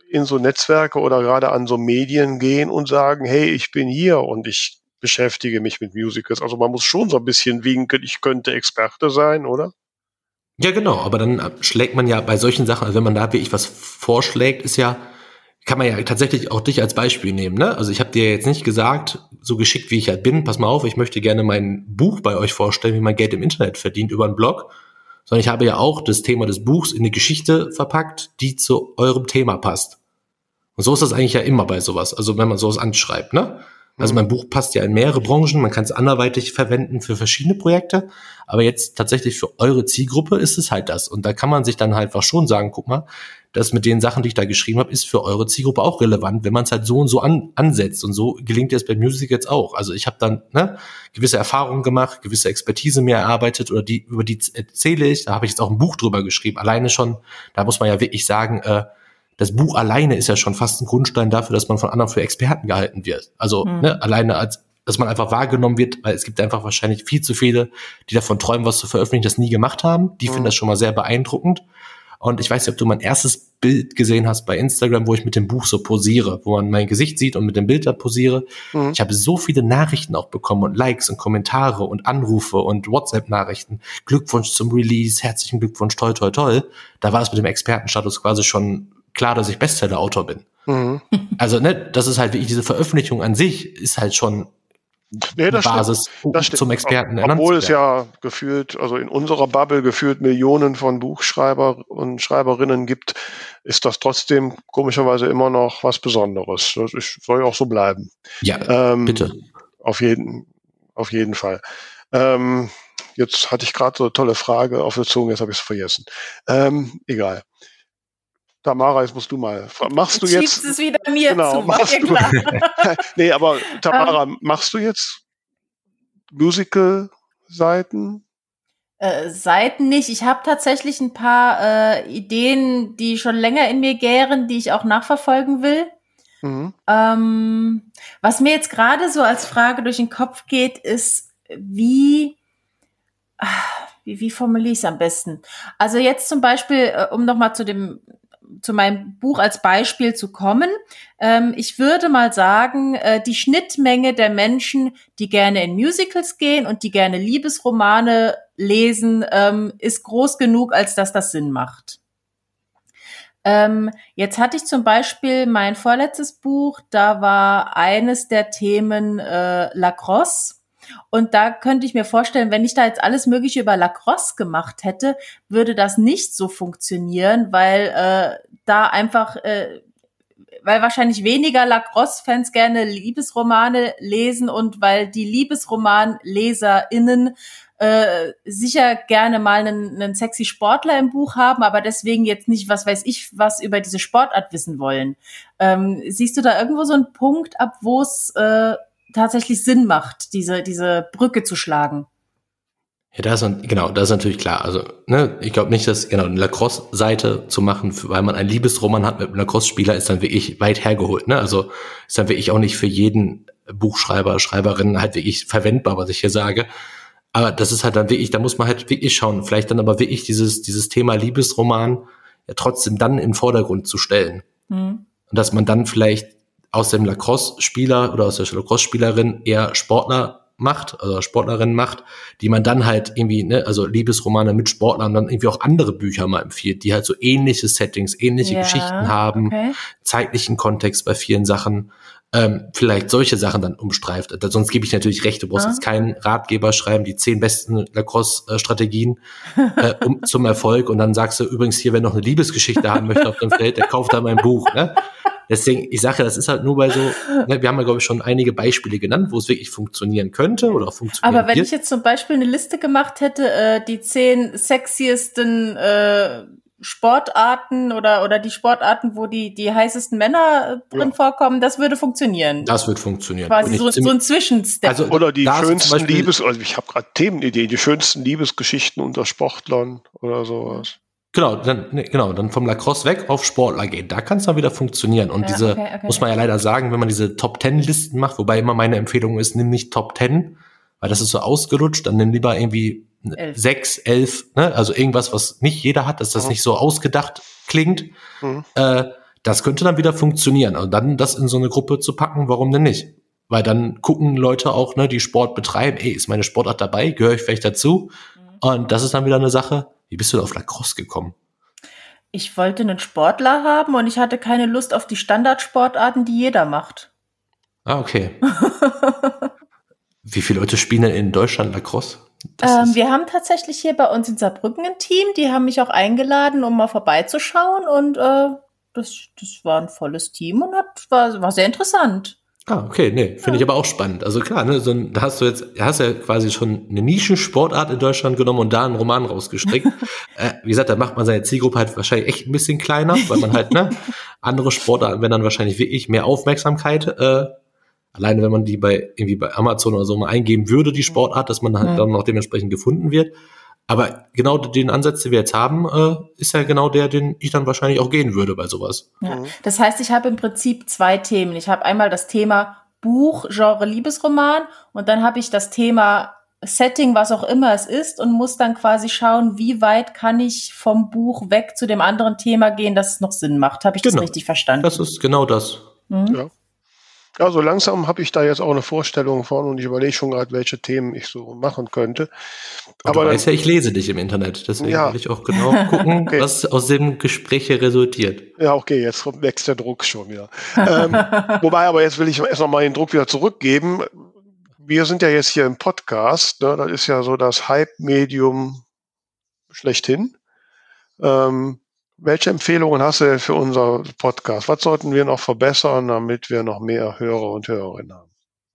in so Netzwerke oder gerade an so Medien gehen und sagen, hey, ich bin hier und ich beschäftige mich mit Musicals. Also man muss schon so ein bisschen winken, ich könnte Experte sein, oder? Ja, genau, aber dann schlägt man ja bei solchen Sachen, also wenn man da wirklich was vorschlägt, kann man ja tatsächlich auch dich als Beispiel nehmen, ne? Also ich habe dir jetzt nicht gesagt, so geschickt wie ich halt bin, pass mal auf, ich möchte gerne mein Buch bei euch vorstellen, wie man Geld im Internet verdient über einen Blog, sondern ich habe ja auch das Thema des Buchs in eine Geschichte verpackt, die zu eurem Thema passt. Und so ist das eigentlich ja immer bei sowas, also wenn man sowas anschreibt, ne? Also mein Buch passt ja in mehrere Branchen, man kann es anderweitig verwenden für verschiedene Projekte, aber jetzt tatsächlich für eure Zielgruppe ist es halt das. Und da kann man sich dann halt auch schon sagen, guck mal, das mit den Sachen, die ich da geschrieben habe, ist für eure Zielgruppe auch relevant, wenn man es halt so und so ansetzt. Und so gelingt es bei Music jetzt auch. Also ich habe dann gewisse Erfahrungen gemacht, gewisse Expertise mir erarbeitet oder über die erzähle ich. Da habe ich jetzt auch ein Buch drüber geschrieben. Alleine schon, da muss man ja wirklich sagen, das Buch alleine ist ja schon fast ein Grundstein dafür, dass man von anderen für Experten gehalten wird. Also alleine dass man einfach wahrgenommen wird, weil es gibt einfach wahrscheinlich viel zu viele, die davon träumen, was zu veröffentlichen, das nie gemacht haben. Die finden das schon mal sehr beeindruckend. Und ich weiß nicht, ob du mein erstes Bild gesehen hast bei Instagram, wo ich mit dem Buch so posiere, wo man mein Gesicht sieht und mit dem Bild da posiere. Ich habe so viele Nachrichten auch bekommen und Likes und Kommentare und Anrufe und WhatsApp-Nachrichten. Glückwunsch zum Release, herzlichen Glückwunsch, toll, toll, toll. Da war es mit dem Expertenstatus quasi schon klar, dass ich Bestseller-Autor bin. Also, das ist halt wirklich, diese Veröffentlichung an sich ist halt schon eine Basis, zum Experten ernannt zu werden. Obwohl es ja gefühlt, also in unserer Bubble gefühlt Millionen von Buchschreiber und Schreiberinnen gibt, ist das trotzdem komischerweise immer noch was Besonderes. Das soll ja auch so bleiben. Ja, bitte. Auf jeden Fall. Jetzt hatte ich gerade so eine tolle Frage auf der Zunge, jetzt habe ich es vergessen. Egal. Tamara, jetzt musst du mal. Machst du jetzt? Schiebst es wieder mir zu. Machst du, klar. Nee, aber Tamara, machst du jetzt Musical-Seiten? Seiten nicht. Ich habe tatsächlich ein paar Ideen, die schon länger in mir gären, die ich auch nachverfolgen will. Was mir jetzt gerade so als Frage durch den Kopf geht, ist, wie formuliere ich es am besten? Also jetzt zum Beispiel, um nochmal zu meinem Buch als Beispiel zu kommen. Ich würde mal sagen, die Schnittmenge der Menschen, die gerne in Musicals gehen und die gerne Liebesromane lesen, ist groß genug, als dass das Sinn macht. Jetzt hatte ich zum Beispiel mein vorletztes Buch, da war eines der Themen Lacrosse. Und da könnte ich mir vorstellen, wenn ich da jetzt alles Mögliche über Lacrosse gemacht hätte, würde das nicht so funktionieren, weil da einfach, weil wahrscheinlich weniger Lacrosse-Fans gerne Liebesromane lesen und weil die LiebesromanleserInnen sicher gerne mal einen sexy Sportler im Buch haben, aber deswegen jetzt nicht, was weiß ich, was über diese Sportart wissen wollen. Siehst du da irgendwo so einen Punkt ab, wo es tatsächlich Sinn macht, diese Brücke zu schlagen? Ja, das ist natürlich klar. Also, ich glaube nicht, dass eine Lacrosse-Seite zu machen, weil man einen Liebesroman hat mit einem Lacrosse-Spieler, ist dann wirklich weit hergeholt. Also ist dann wirklich auch nicht für jeden Buchschreiber, Schreiberin halt wirklich verwendbar, was ich hier sage. Aber das ist halt dann wirklich, da muss man halt wirklich schauen, vielleicht dann aber wirklich dieses Thema Liebesroman ja trotzdem dann in den Vordergrund zu stellen. Und dass man dann vielleicht aus dem Lacrosse-Spieler oder aus der Lacrosse-Spielerin eher Sportler macht, also Sportlerinnen macht, die man dann halt irgendwie, also Liebesromane mit Sportlern, dann irgendwie auch andere Bücher mal empfiehlt, die halt so ähnliche Settings, ähnliche Geschichten haben, zeitlichen Kontext bei vielen Sachen, vielleicht solche Sachen dann umstreift. Sonst gebe ich natürlich recht, du brauchst jetzt keinen Ratgeber schreiben, die 10 besten Lacrosse-Strategien zum Erfolg und dann sagst du übrigens hier, wer noch eine Liebesgeschichte haben möchte auf dem Feld, der kauft da mein Buch, ne? Deswegen, ich sage ja, das ist halt nur bei so, wir haben ja, glaube ich, schon einige Beispiele genannt, wo es wirklich funktionieren könnte oder funktioniert. Aber wenn ich jetzt zum Beispiel eine Liste gemacht hätte, die 10 sexiesten Sportarten oder die Sportarten, wo die heißesten Männer drin vorkommen, das würde funktionieren. Das wird funktionieren. Quasi so ein Zwischenstep. Also, oder die schönsten also ich habe gerade Themenideen, die schönsten Liebesgeschichten unter Sportlern oder sowas. Genau, dann vom Lacrosse weg auf Sportler gehen. Da kann es dann wieder funktionieren. Und muss man ja leider sagen, wenn man diese Top-10-Listen macht, wobei immer meine Empfehlung ist, nimm nicht Top 10, weil das ist so ausgelutscht, dann nimm lieber irgendwie 6, 11, also irgendwas, was nicht jeder hat, dass das nicht so ausgedacht klingt. Das könnte dann wieder funktionieren. Und dann das in so eine Gruppe zu packen, warum denn nicht? Weil dann gucken Leute auch, ne, die Sport betreiben, ist meine Sportart dabei? Gehöre ich vielleicht dazu? Und das ist dann wieder eine Sache. Wie bist du da auf Lacrosse gekommen? Ich wollte einen Sportler haben und ich hatte keine Lust auf die Standardsportarten, die jeder macht. Ah, okay. Wie viele Leute spielen denn in Deutschland Lacrosse? Wir haben tatsächlich hier bei uns in Saarbrücken ein Team, die haben mich auch eingeladen, um mal vorbeizuschauen und das war ein volles Team und war sehr interessant. Ah, okay, nee, finde ich aber auch spannend. Also klar, ne, da hast du ja quasi schon eine Nischensportart in Deutschland genommen und da einen Roman rausgestrickt. Wie gesagt, da macht man seine Zielgruppe halt wahrscheinlich echt ein bisschen kleiner, weil man halt, ne, andere Sportarten, wenn dann wahrscheinlich wirklich mehr Aufmerksamkeit, alleine wenn man die bei Amazon oder so mal eingeben würde, die Sportart, dass man halt dann noch dementsprechend gefunden wird. Aber genau den Ansatz, den wir jetzt haben, ist ja genau der, den ich dann wahrscheinlich auch gehen würde bei sowas. Ja. Das heißt, ich habe im Prinzip 2 Themen. Ich habe einmal das Thema Buch, Genre Liebesroman und dann habe ich das Thema Setting, was auch immer es ist und muss dann quasi schauen, wie weit kann ich vom Buch weg zu dem anderen Thema gehen, dass es noch Sinn macht. Habe ich das richtig verstanden? Das ist genau das. Ja. Ja, so langsam habe ich da jetzt auch eine Vorstellung von und ich überlege schon gerade, welche Themen ich so machen könnte. Aber du weißt ja, ich lese dich im Internet, deswegen will ich auch genau gucken, was aus dem Gespräch hier resultiert. Ja, okay, jetzt wächst der Druck schon wieder. Wobei, aber jetzt will ich erst noch mal den Druck wieder zurückgeben. Wir sind ja jetzt hier im Podcast, ne? Das ist ja so das Hype-Medium schlechthin. Welche Empfehlungen hast du denn für unser Podcast? Was sollten wir noch verbessern, damit wir noch mehr Hörer und Hörerinnen haben?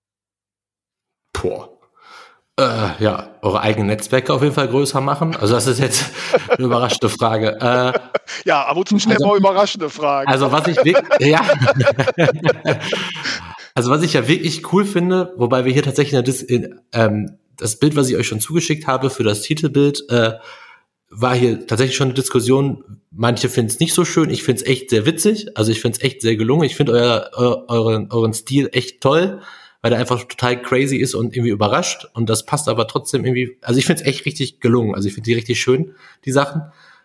Eure eigenen Netzwerke auf jeden Fall größer machen. Also das ist jetzt eine überraschende Frage. Ja, ab und zu stellen wir überraschende Fragen. Also was ich wirklich, also was ich ja wirklich cool finde, wobei wir hier tatsächlich das Bild, was ich euch schon zugeschickt habe für das Titelbild, war hier tatsächlich schon eine Diskussion. Manche finden es nicht so schön. Ich finde es echt sehr witzig. Also ich finde es echt sehr gelungen. Ich finde euren Stil echt toll, weil der einfach total crazy ist und irgendwie überrascht. Und das passt aber trotzdem irgendwie, also ich finde es echt richtig gelungen. Also ich finde die richtig schön, die Sachen.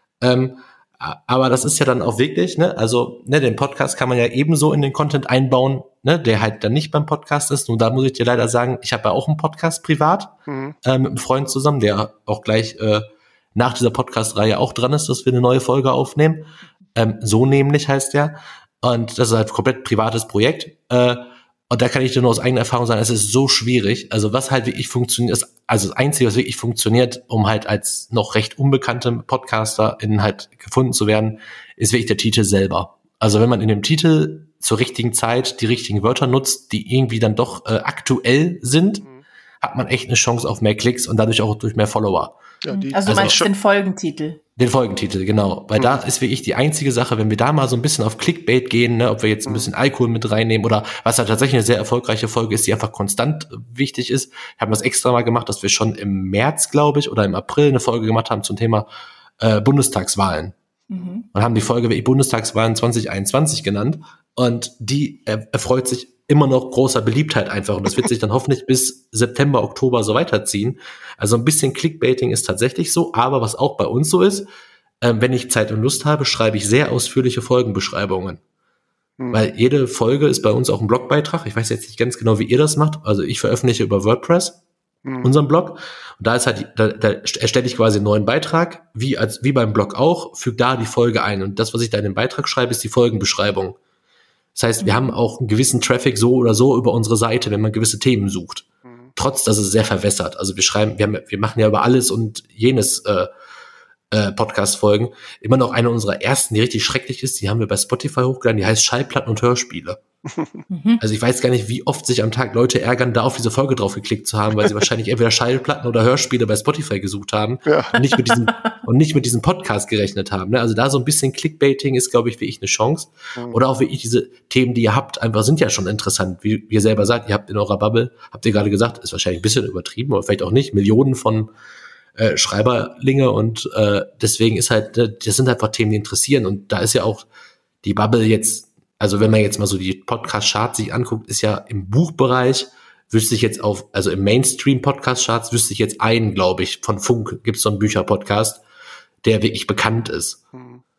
Aber das ist ja dann auch wirklich, ne, also, ne, den Podcast kann man ja ebenso in den Content einbauen, ne, der halt dann nicht beim Podcast ist. Und da muss ich dir leider sagen, ich habe ja auch einen Podcast privat, mit einem Freund zusammen, der auch gleich, nach dieser Podcast-Reihe auch dran ist, dass wir eine neue Folge aufnehmen. So nämlich heißt der. Und das ist halt ein komplett privates Projekt. Und da kann ich dir nur aus eigener Erfahrung sagen, es ist so schwierig. Also was halt wirklich funktioniert, also das Einzige, was wirklich funktioniert, um halt als noch recht unbekannte PodcasterInnen halt gefunden zu werden, ist wirklich der Titel selber. Also wenn man in dem Titel zur richtigen Zeit die richtigen Wörter nutzt, die irgendwie dann doch aktuell sind, hat man echt eine Chance auf mehr Klicks und dadurch auch durch mehr Follower. Ja, also meinst du den Folgentitel? Den Folgentitel, genau. Weil da ist wirklich die einzige Sache, wenn wir da mal so ein bisschen auf Clickbait gehen, ne, ob wir jetzt ein bisschen Alkohol mit reinnehmen oder was halt tatsächlich eine sehr erfolgreiche Folge ist, die einfach konstant wichtig ist. Wir haben das extra mal gemacht, dass wir schon im März, glaube ich, oder im April eine Folge gemacht haben zum Thema Bundestagswahlen. Und haben die Folge wirklich Bundestagswahlen 2021 genannt. Und die erfreut sich immer noch großer Beliebtheit einfach. Und das wird sich dann hoffentlich bis September, Oktober so weiterziehen. Also ein bisschen Clickbaiting ist tatsächlich so. Aber was auch bei uns so ist, wenn ich Zeit und Lust habe, schreibe ich sehr ausführliche Folgenbeschreibungen. Weil jede Folge ist bei uns auch ein Blogbeitrag. Ich weiß jetzt nicht ganz genau, wie ihr das macht. Also ich veröffentliche über WordPress unseren Blog. Und da ist halt, da erstelle ich quasi einen neuen Beitrag, wie beim Blog auch, füge da die Folge ein. Und das, was ich da in den Beitrag schreibe, ist die Folgenbeschreibung. Das heißt, wir haben auch einen gewissen Traffic so oder so über unsere Seite, wenn man gewisse Themen sucht. Trotz, dass es sehr verwässert. Also wir machen ja über alles und jenes Podcast-Folgen. Immer noch eine unserer ersten, die richtig schrecklich ist, die haben wir bei Spotify hochgeladen, die heißt Schallplatten und Hörspiele. Also ich weiß gar nicht, wie oft sich am Tag Leute ärgern, da auf diese Folge drauf geklickt zu haben, weil sie wahrscheinlich entweder Schallplatten oder Hörspiele bei Spotify gesucht haben und nicht mit diesem Podcast gerechnet haben. Also da so ein bisschen Clickbaiting ist, glaube ich, wirklich eine Chance. Oder auch wirklich diese Themen, die ihr habt, einfach sind ja schon interessant. Wie ihr selber sagt, ihr habt in eurer Bubble, habt ihr gerade gesagt, ist wahrscheinlich ein bisschen übertrieben, aber vielleicht auch nicht, Millionen von Schreiberlinge und deswegen ist halt, das sind einfach Themen, die interessieren und da ist ja auch die Bubble jetzt, also wenn man jetzt mal so die Podcast-Charts sich anguckt, ist ja im Buchbereich, wüsste ich jetzt also im Mainstream-Podcast-Charts wüsste ich jetzt einen, glaube ich, von Funk gibt's so einen Bücher-Podcast, der wirklich bekannt ist.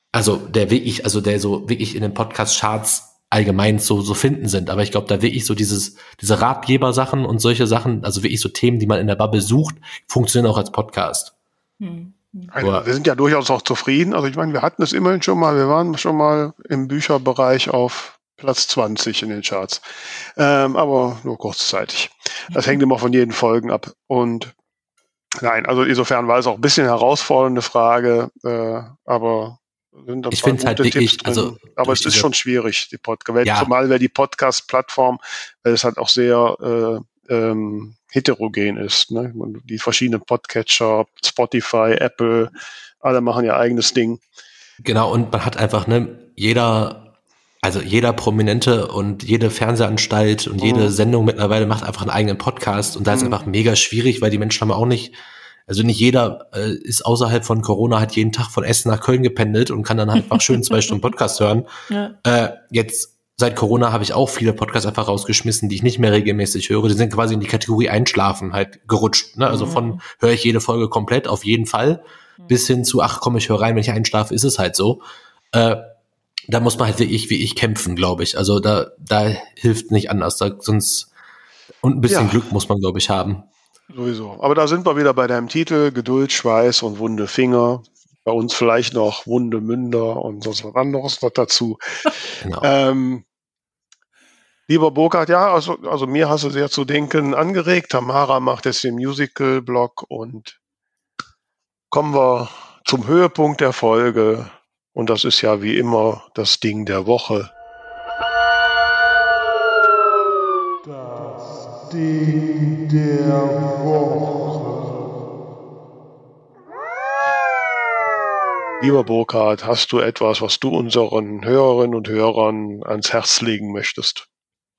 Also der so wirklich in den Podcast-Charts allgemein so finden sind. Aber ich glaube, da wirklich so diese Ratgeber-Sachen und solche Sachen, also wirklich so Themen, die man in der Bubble sucht, funktionieren auch als Podcast. Also, wir sind ja durchaus auch zufrieden. Also ich meine, wir hatten es immerhin schon mal, wir waren schon mal im Bücherbereich auf Platz 20 in den Charts. Aber nur kurzzeitig. Das hängt immer von jeden Folgen ab. Und nein, also insofern war es auch ein bisschen eine herausfordernde Frage, aber sind ich finde halt wirklich, also aber es ist schon schwierig, die Podcast, ja. Zumal die Podcast-Plattform, weil es halt auch sehr heterogen ist. Ne? Die verschiedenen Podcatcher, Spotify, Apple, alle machen ihr eigenes Ding. Genau, und man hat einfach, jeder Prominente und jede Fernsehanstalt und jede Sendung mittlerweile macht einfach einen eigenen Podcast und da ist einfach mega schwierig, weil die Menschen haben auch nicht jeder ist außerhalb von Corona, hat jeden Tag von Essen nach Köln gependelt und kann dann halt einfach schön 2 Stunden Podcast hören. Ja. Jetzt seit Corona habe ich auch viele Podcasts einfach rausgeschmissen, die ich nicht mehr regelmäßig höre. Die sind quasi in die Kategorie Einschlafen halt gerutscht. Ne? Also von höre ich jede Folge komplett, auf jeden Fall, bis hin zu, ach komm, ich höre rein, wenn ich einschlafe, ist es halt so. Da muss man halt wie ich kämpfen, glaube ich. Also da hilft nicht anders. Und ein bisschen Glück muss man, glaube ich, haben. Sowieso. Aber da sind wir wieder bei deinem Titel, Geduld, Schweiß und wunde Finger. Bei uns vielleicht noch wunde Münder und sonst was anderes noch dazu. Genau. Lieber Burkhard, ja, also mir hast du sehr zu denken angeregt. Tamara macht jetzt den Musical-Blog und kommen wir zum Höhepunkt der Folge. Und das ist ja wie immer das Ding der Woche. Das Ding der Woche. Lieber Burkhard, hast du etwas, was du unseren Hörerinnen und Hörern ans Herz legen möchtest?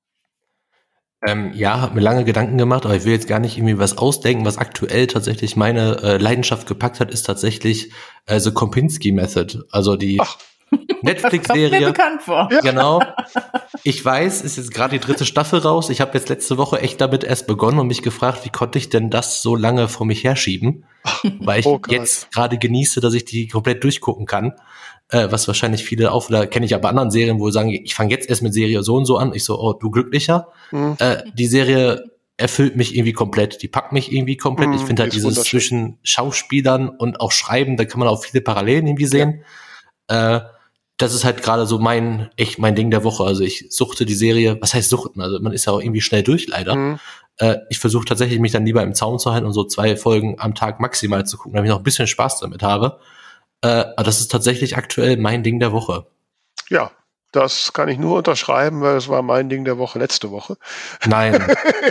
Ja, habe mir lange Gedanken gemacht, aber ich will jetzt gar nicht irgendwie was ausdenken. Was aktuell tatsächlich meine Leidenschaft gepackt hat, ist tatsächlich The Kempinski Method, also die Netflix-Serie. Das kommt mir bekannt vor. Genau. Ich weiß, ist jetzt gerade die 3. Staffel raus. Ich habe jetzt letzte Woche echt damit erst begonnen und mich gefragt, wie konnte ich denn das so lange vor mich herschieben? Weil ich jetzt gerade genieße, dass ich die komplett durchgucken kann. Was wahrscheinlich viele auch, da kenne ich ja bei anderen Serien, wo sagen, ich fange jetzt erst mit Serie so und so an. Ich so, oh, du Glücklicher. Die Serie erfüllt mich irgendwie komplett. Die packt mich irgendwie komplett. Ich finde halt dieses zwischen Schauspielern und auch Schreiben, da kann man auch viele Parallelen irgendwie sehen. Das ist halt gerade so mein Ding der Woche. Also ich suchte die Serie, was heißt suchten? Also man ist ja auch irgendwie schnell durch, leider. Ich versuche tatsächlich, mich dann lieber im Zaun zu halten und so 2 Folgen am Tag maximal zu gucken, damit ich noch ein bisschen Spaß damit habe. Aber das ist tatsächlich aktuell mein Ding der Woche. Ja, das kann ich nur unterschreiben, weil es war mein Ding der Woche letzte Woche. Nein.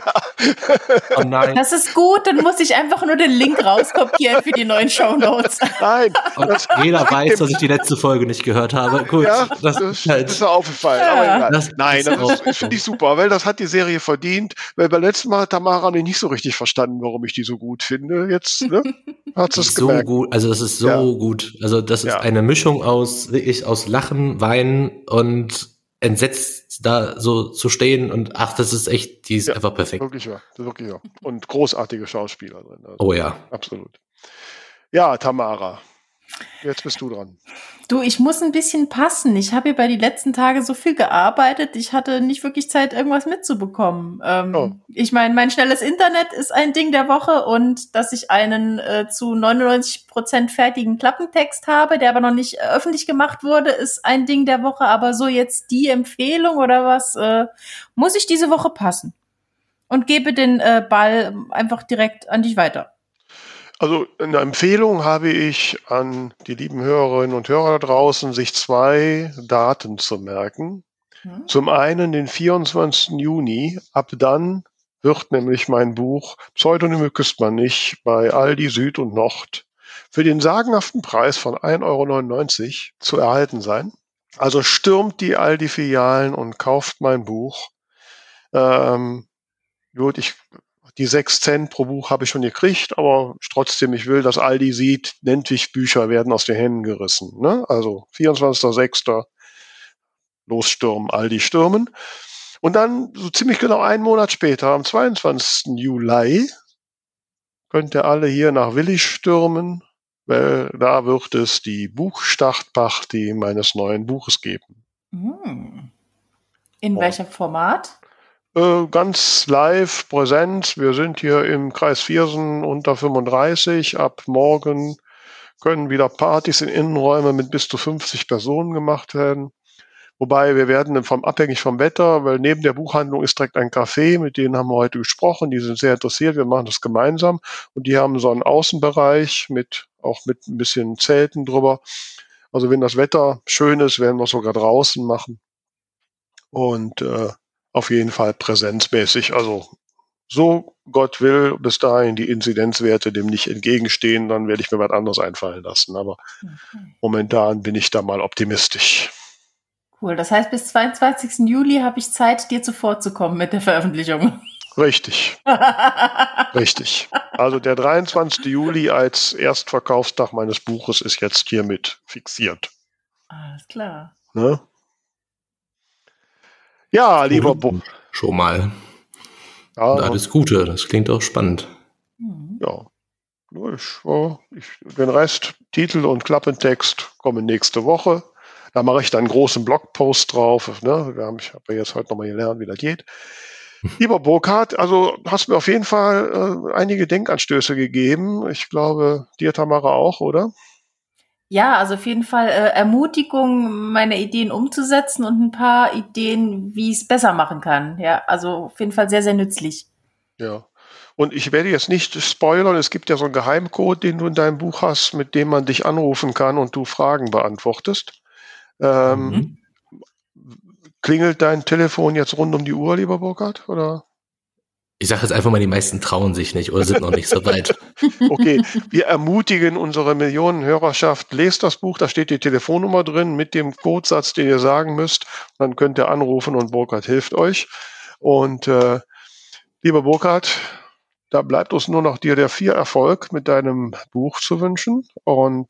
Oh nein. Das ist gut, dann muss ich einfach nur den Link rauskopieren für die neuen Shownotes. Nein. Jeder weiß, dass ich die letzte Folge nicht gehört habe. Gut, ja, das ist mir aufgefallen. Aber das finde ich super, weil das hat die Serie verdient. Weil beim letzten Mal hat Tamara nicht so richtig verstanden, warum ich die so gut finde. Jetzt hat sie es gemerkt. So gut, also das ist so gut. Also das ist eine Mischung aus Lachen, Weinen und entsetzt da so zu stehen und das ist echt, die ist einfach perfekt. Wirklich wahr. Und großartige Schauspieler drin. Also oh ja. Absolut. Ja, Tamara, jetzt bist du dran. Du, ich muss ein bisschen passen. Ich habe hier bei die letzten Tage so viel gearbeitet, ich hatte nicht wirklich Zeit, irgendwas mitzubekommen. Ich meine, mein schnelles Internet ist ein Ding der Woche und dass ich einen zu 99% fertigen Klappentext habe, der aber noch nicht öffentlich gemacht wurde, ist ein Ding der Woche. Aber so jetzt die Empfehlung oder was, muss ich diese Woche passen und gebe den Ball einfach direkt an dich weiter. Also eine Empfehlung habe ich an die lieben Hörerinnen und Hörer da draußen, sich 2 Daten zu merken. Zum einen den 24. Juni. Ab dann wird nämlich mein Buch Pseudonyme küsst man nicht bei Aldi Süd und Nord für den sagenhaften Preis von 1,99 € zu erhalten sein. Also stürmt die Aldi-Filialen und kauft mein Buch. Die 6 Cent pro Buch habe ich schon gekriegt, aber trotzdem, ich will, dass Aldi sieht, Nentwich-Bücher werden aus den Händen gerissen. Ne? Also 24.06. losstürmen, Aldi stürmen. Und dann so ziemlich genau 1 Monat später, am 22. Juli, könnt ihr alle hier nach Willi stürmen weil da wird es die Buchstartparty meines neuen Buches geben. In welchem Format? Ganz live, Präsenz. Wir sind hier im Kreis Viersen unter 35. Ab morgen können wieder Partys in Innenräumen mit bis zu 50 Personen gemacht werden. Wobei wir werden abhängig vom Wetter, weil neben der Buchhandlung ist direkt ein Café, mit denen haben wir heute gesprochen, die sind sehr interessiert, wir machen das gemeinsam und die haben so einen Außenbereich auch mit ein bisschen Zelten drüber. Also wenn das Wetter schön ist, werden wir es sogar draußen machen und auf jeden Fall präsenzmäßig. Also so Gott will, bis dahin die Inzidenzwerte dem nicht entgegenstehen, dann werde ich mir was anderes einfallen lassen. Aber momentan bin ich da mal optimistisch. Cool, das heißt, bis 22. Juli habe ich Zeit, dir zuvorzukommen mit der Veröffentlichung. Richtig. Richtig. Also der 23. Juli als Erstverkaufstag meines Buches ist jetzt hiermit fixiert. Alles klar. Ne? Ja, lieber schon mal. Ja, und alles Gute, das klingt auch spannend. Ja. Den Rest, Titel und Klappentext, kommen nächste Woche. Da mache ich dann einen großen Blogpost drauf. Ne? Ich habe ja jetzt heute nochmal gelernt, wie das geht. Lieber Burkhard, also hast mir auf jeden Fall einige Denkanstöße gegeben. Ich glaube, dir, Tamara, auch, oder? Ja, also auf jeden Fall Ermutigung, meine Ideen umzusetzen und ein paar Ideen, wie ich es besser machen kann. Ja, also auf jeden Fall sehr, sehr nützlich. Ja. Und ich werde jetzt nicht spoilern, es gibt ja so einen Geheimcode, den du in deinem Buch hast, mit dem man dich anrufen kann und du Fragen beantwortest. Klingelt dein Telefon jetzt rund um die Uhr, lieber Burkhard, oder? Ich sage jetzt einfach mal, die meisten trauen sich nicht oder sind noch nicht so weit. Okay, wir ermutigen unsere Millionenhörerschaft, lest das Buch, da steht die Telefonnummer drin mit dem Codesatz, den ihr sagen müsst. Dann könnt ihr anrufen und Burkhard hilft euch. Und lieber Burkhard, da bleibt uns nur noch dir viel Erfolg mit deinem Buch zu wünschen. Und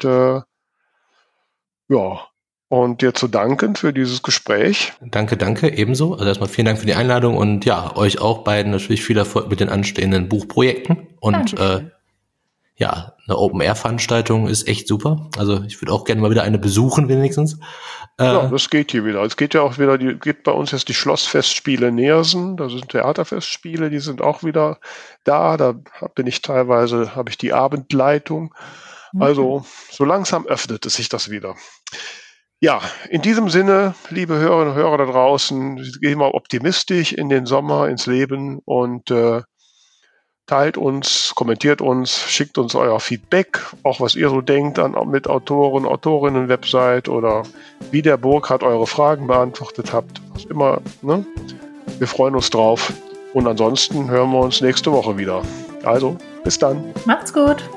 und dir zu danken für dieses Gespräch. Danke, ebenso. Also erstmal vielen Dank für die Einladung und ja, euch auch beiden natürlich viel Erfolg mit den anstehenden Buchprojekten. Und eine Open-Air-Veranstaltung ist echt super. Also ich würde auch gerne mal wieder eine besuchen wenigstens. Ja, das geht hier wieder. Es geht ja auch wieder, gibt bei uns jetzt die Schlossfestspiele Neersen, das sind Theaterfestspiele, die sind auch wieder da. Da habe ich die Abendleitung. Also so langsam öffnet es sich das wieder. Ja, in diesem Sinne, liebe Hörerinnen und Hörer da draußen, gehen wir optimistisch in den Sommer, ins Leben und teilt uns, kommentiert uns, schickt uns euer Feedback, auch was ihr so denkt mit Autoren, Autorinnen-Website oder wie der Burkhard eure Fragen beantwortet habt. Was immer, ne? Wir freuen uns drauf und ansonsten hören wir uns nächste Woche wieder. Also, bis dann. Macht's gut.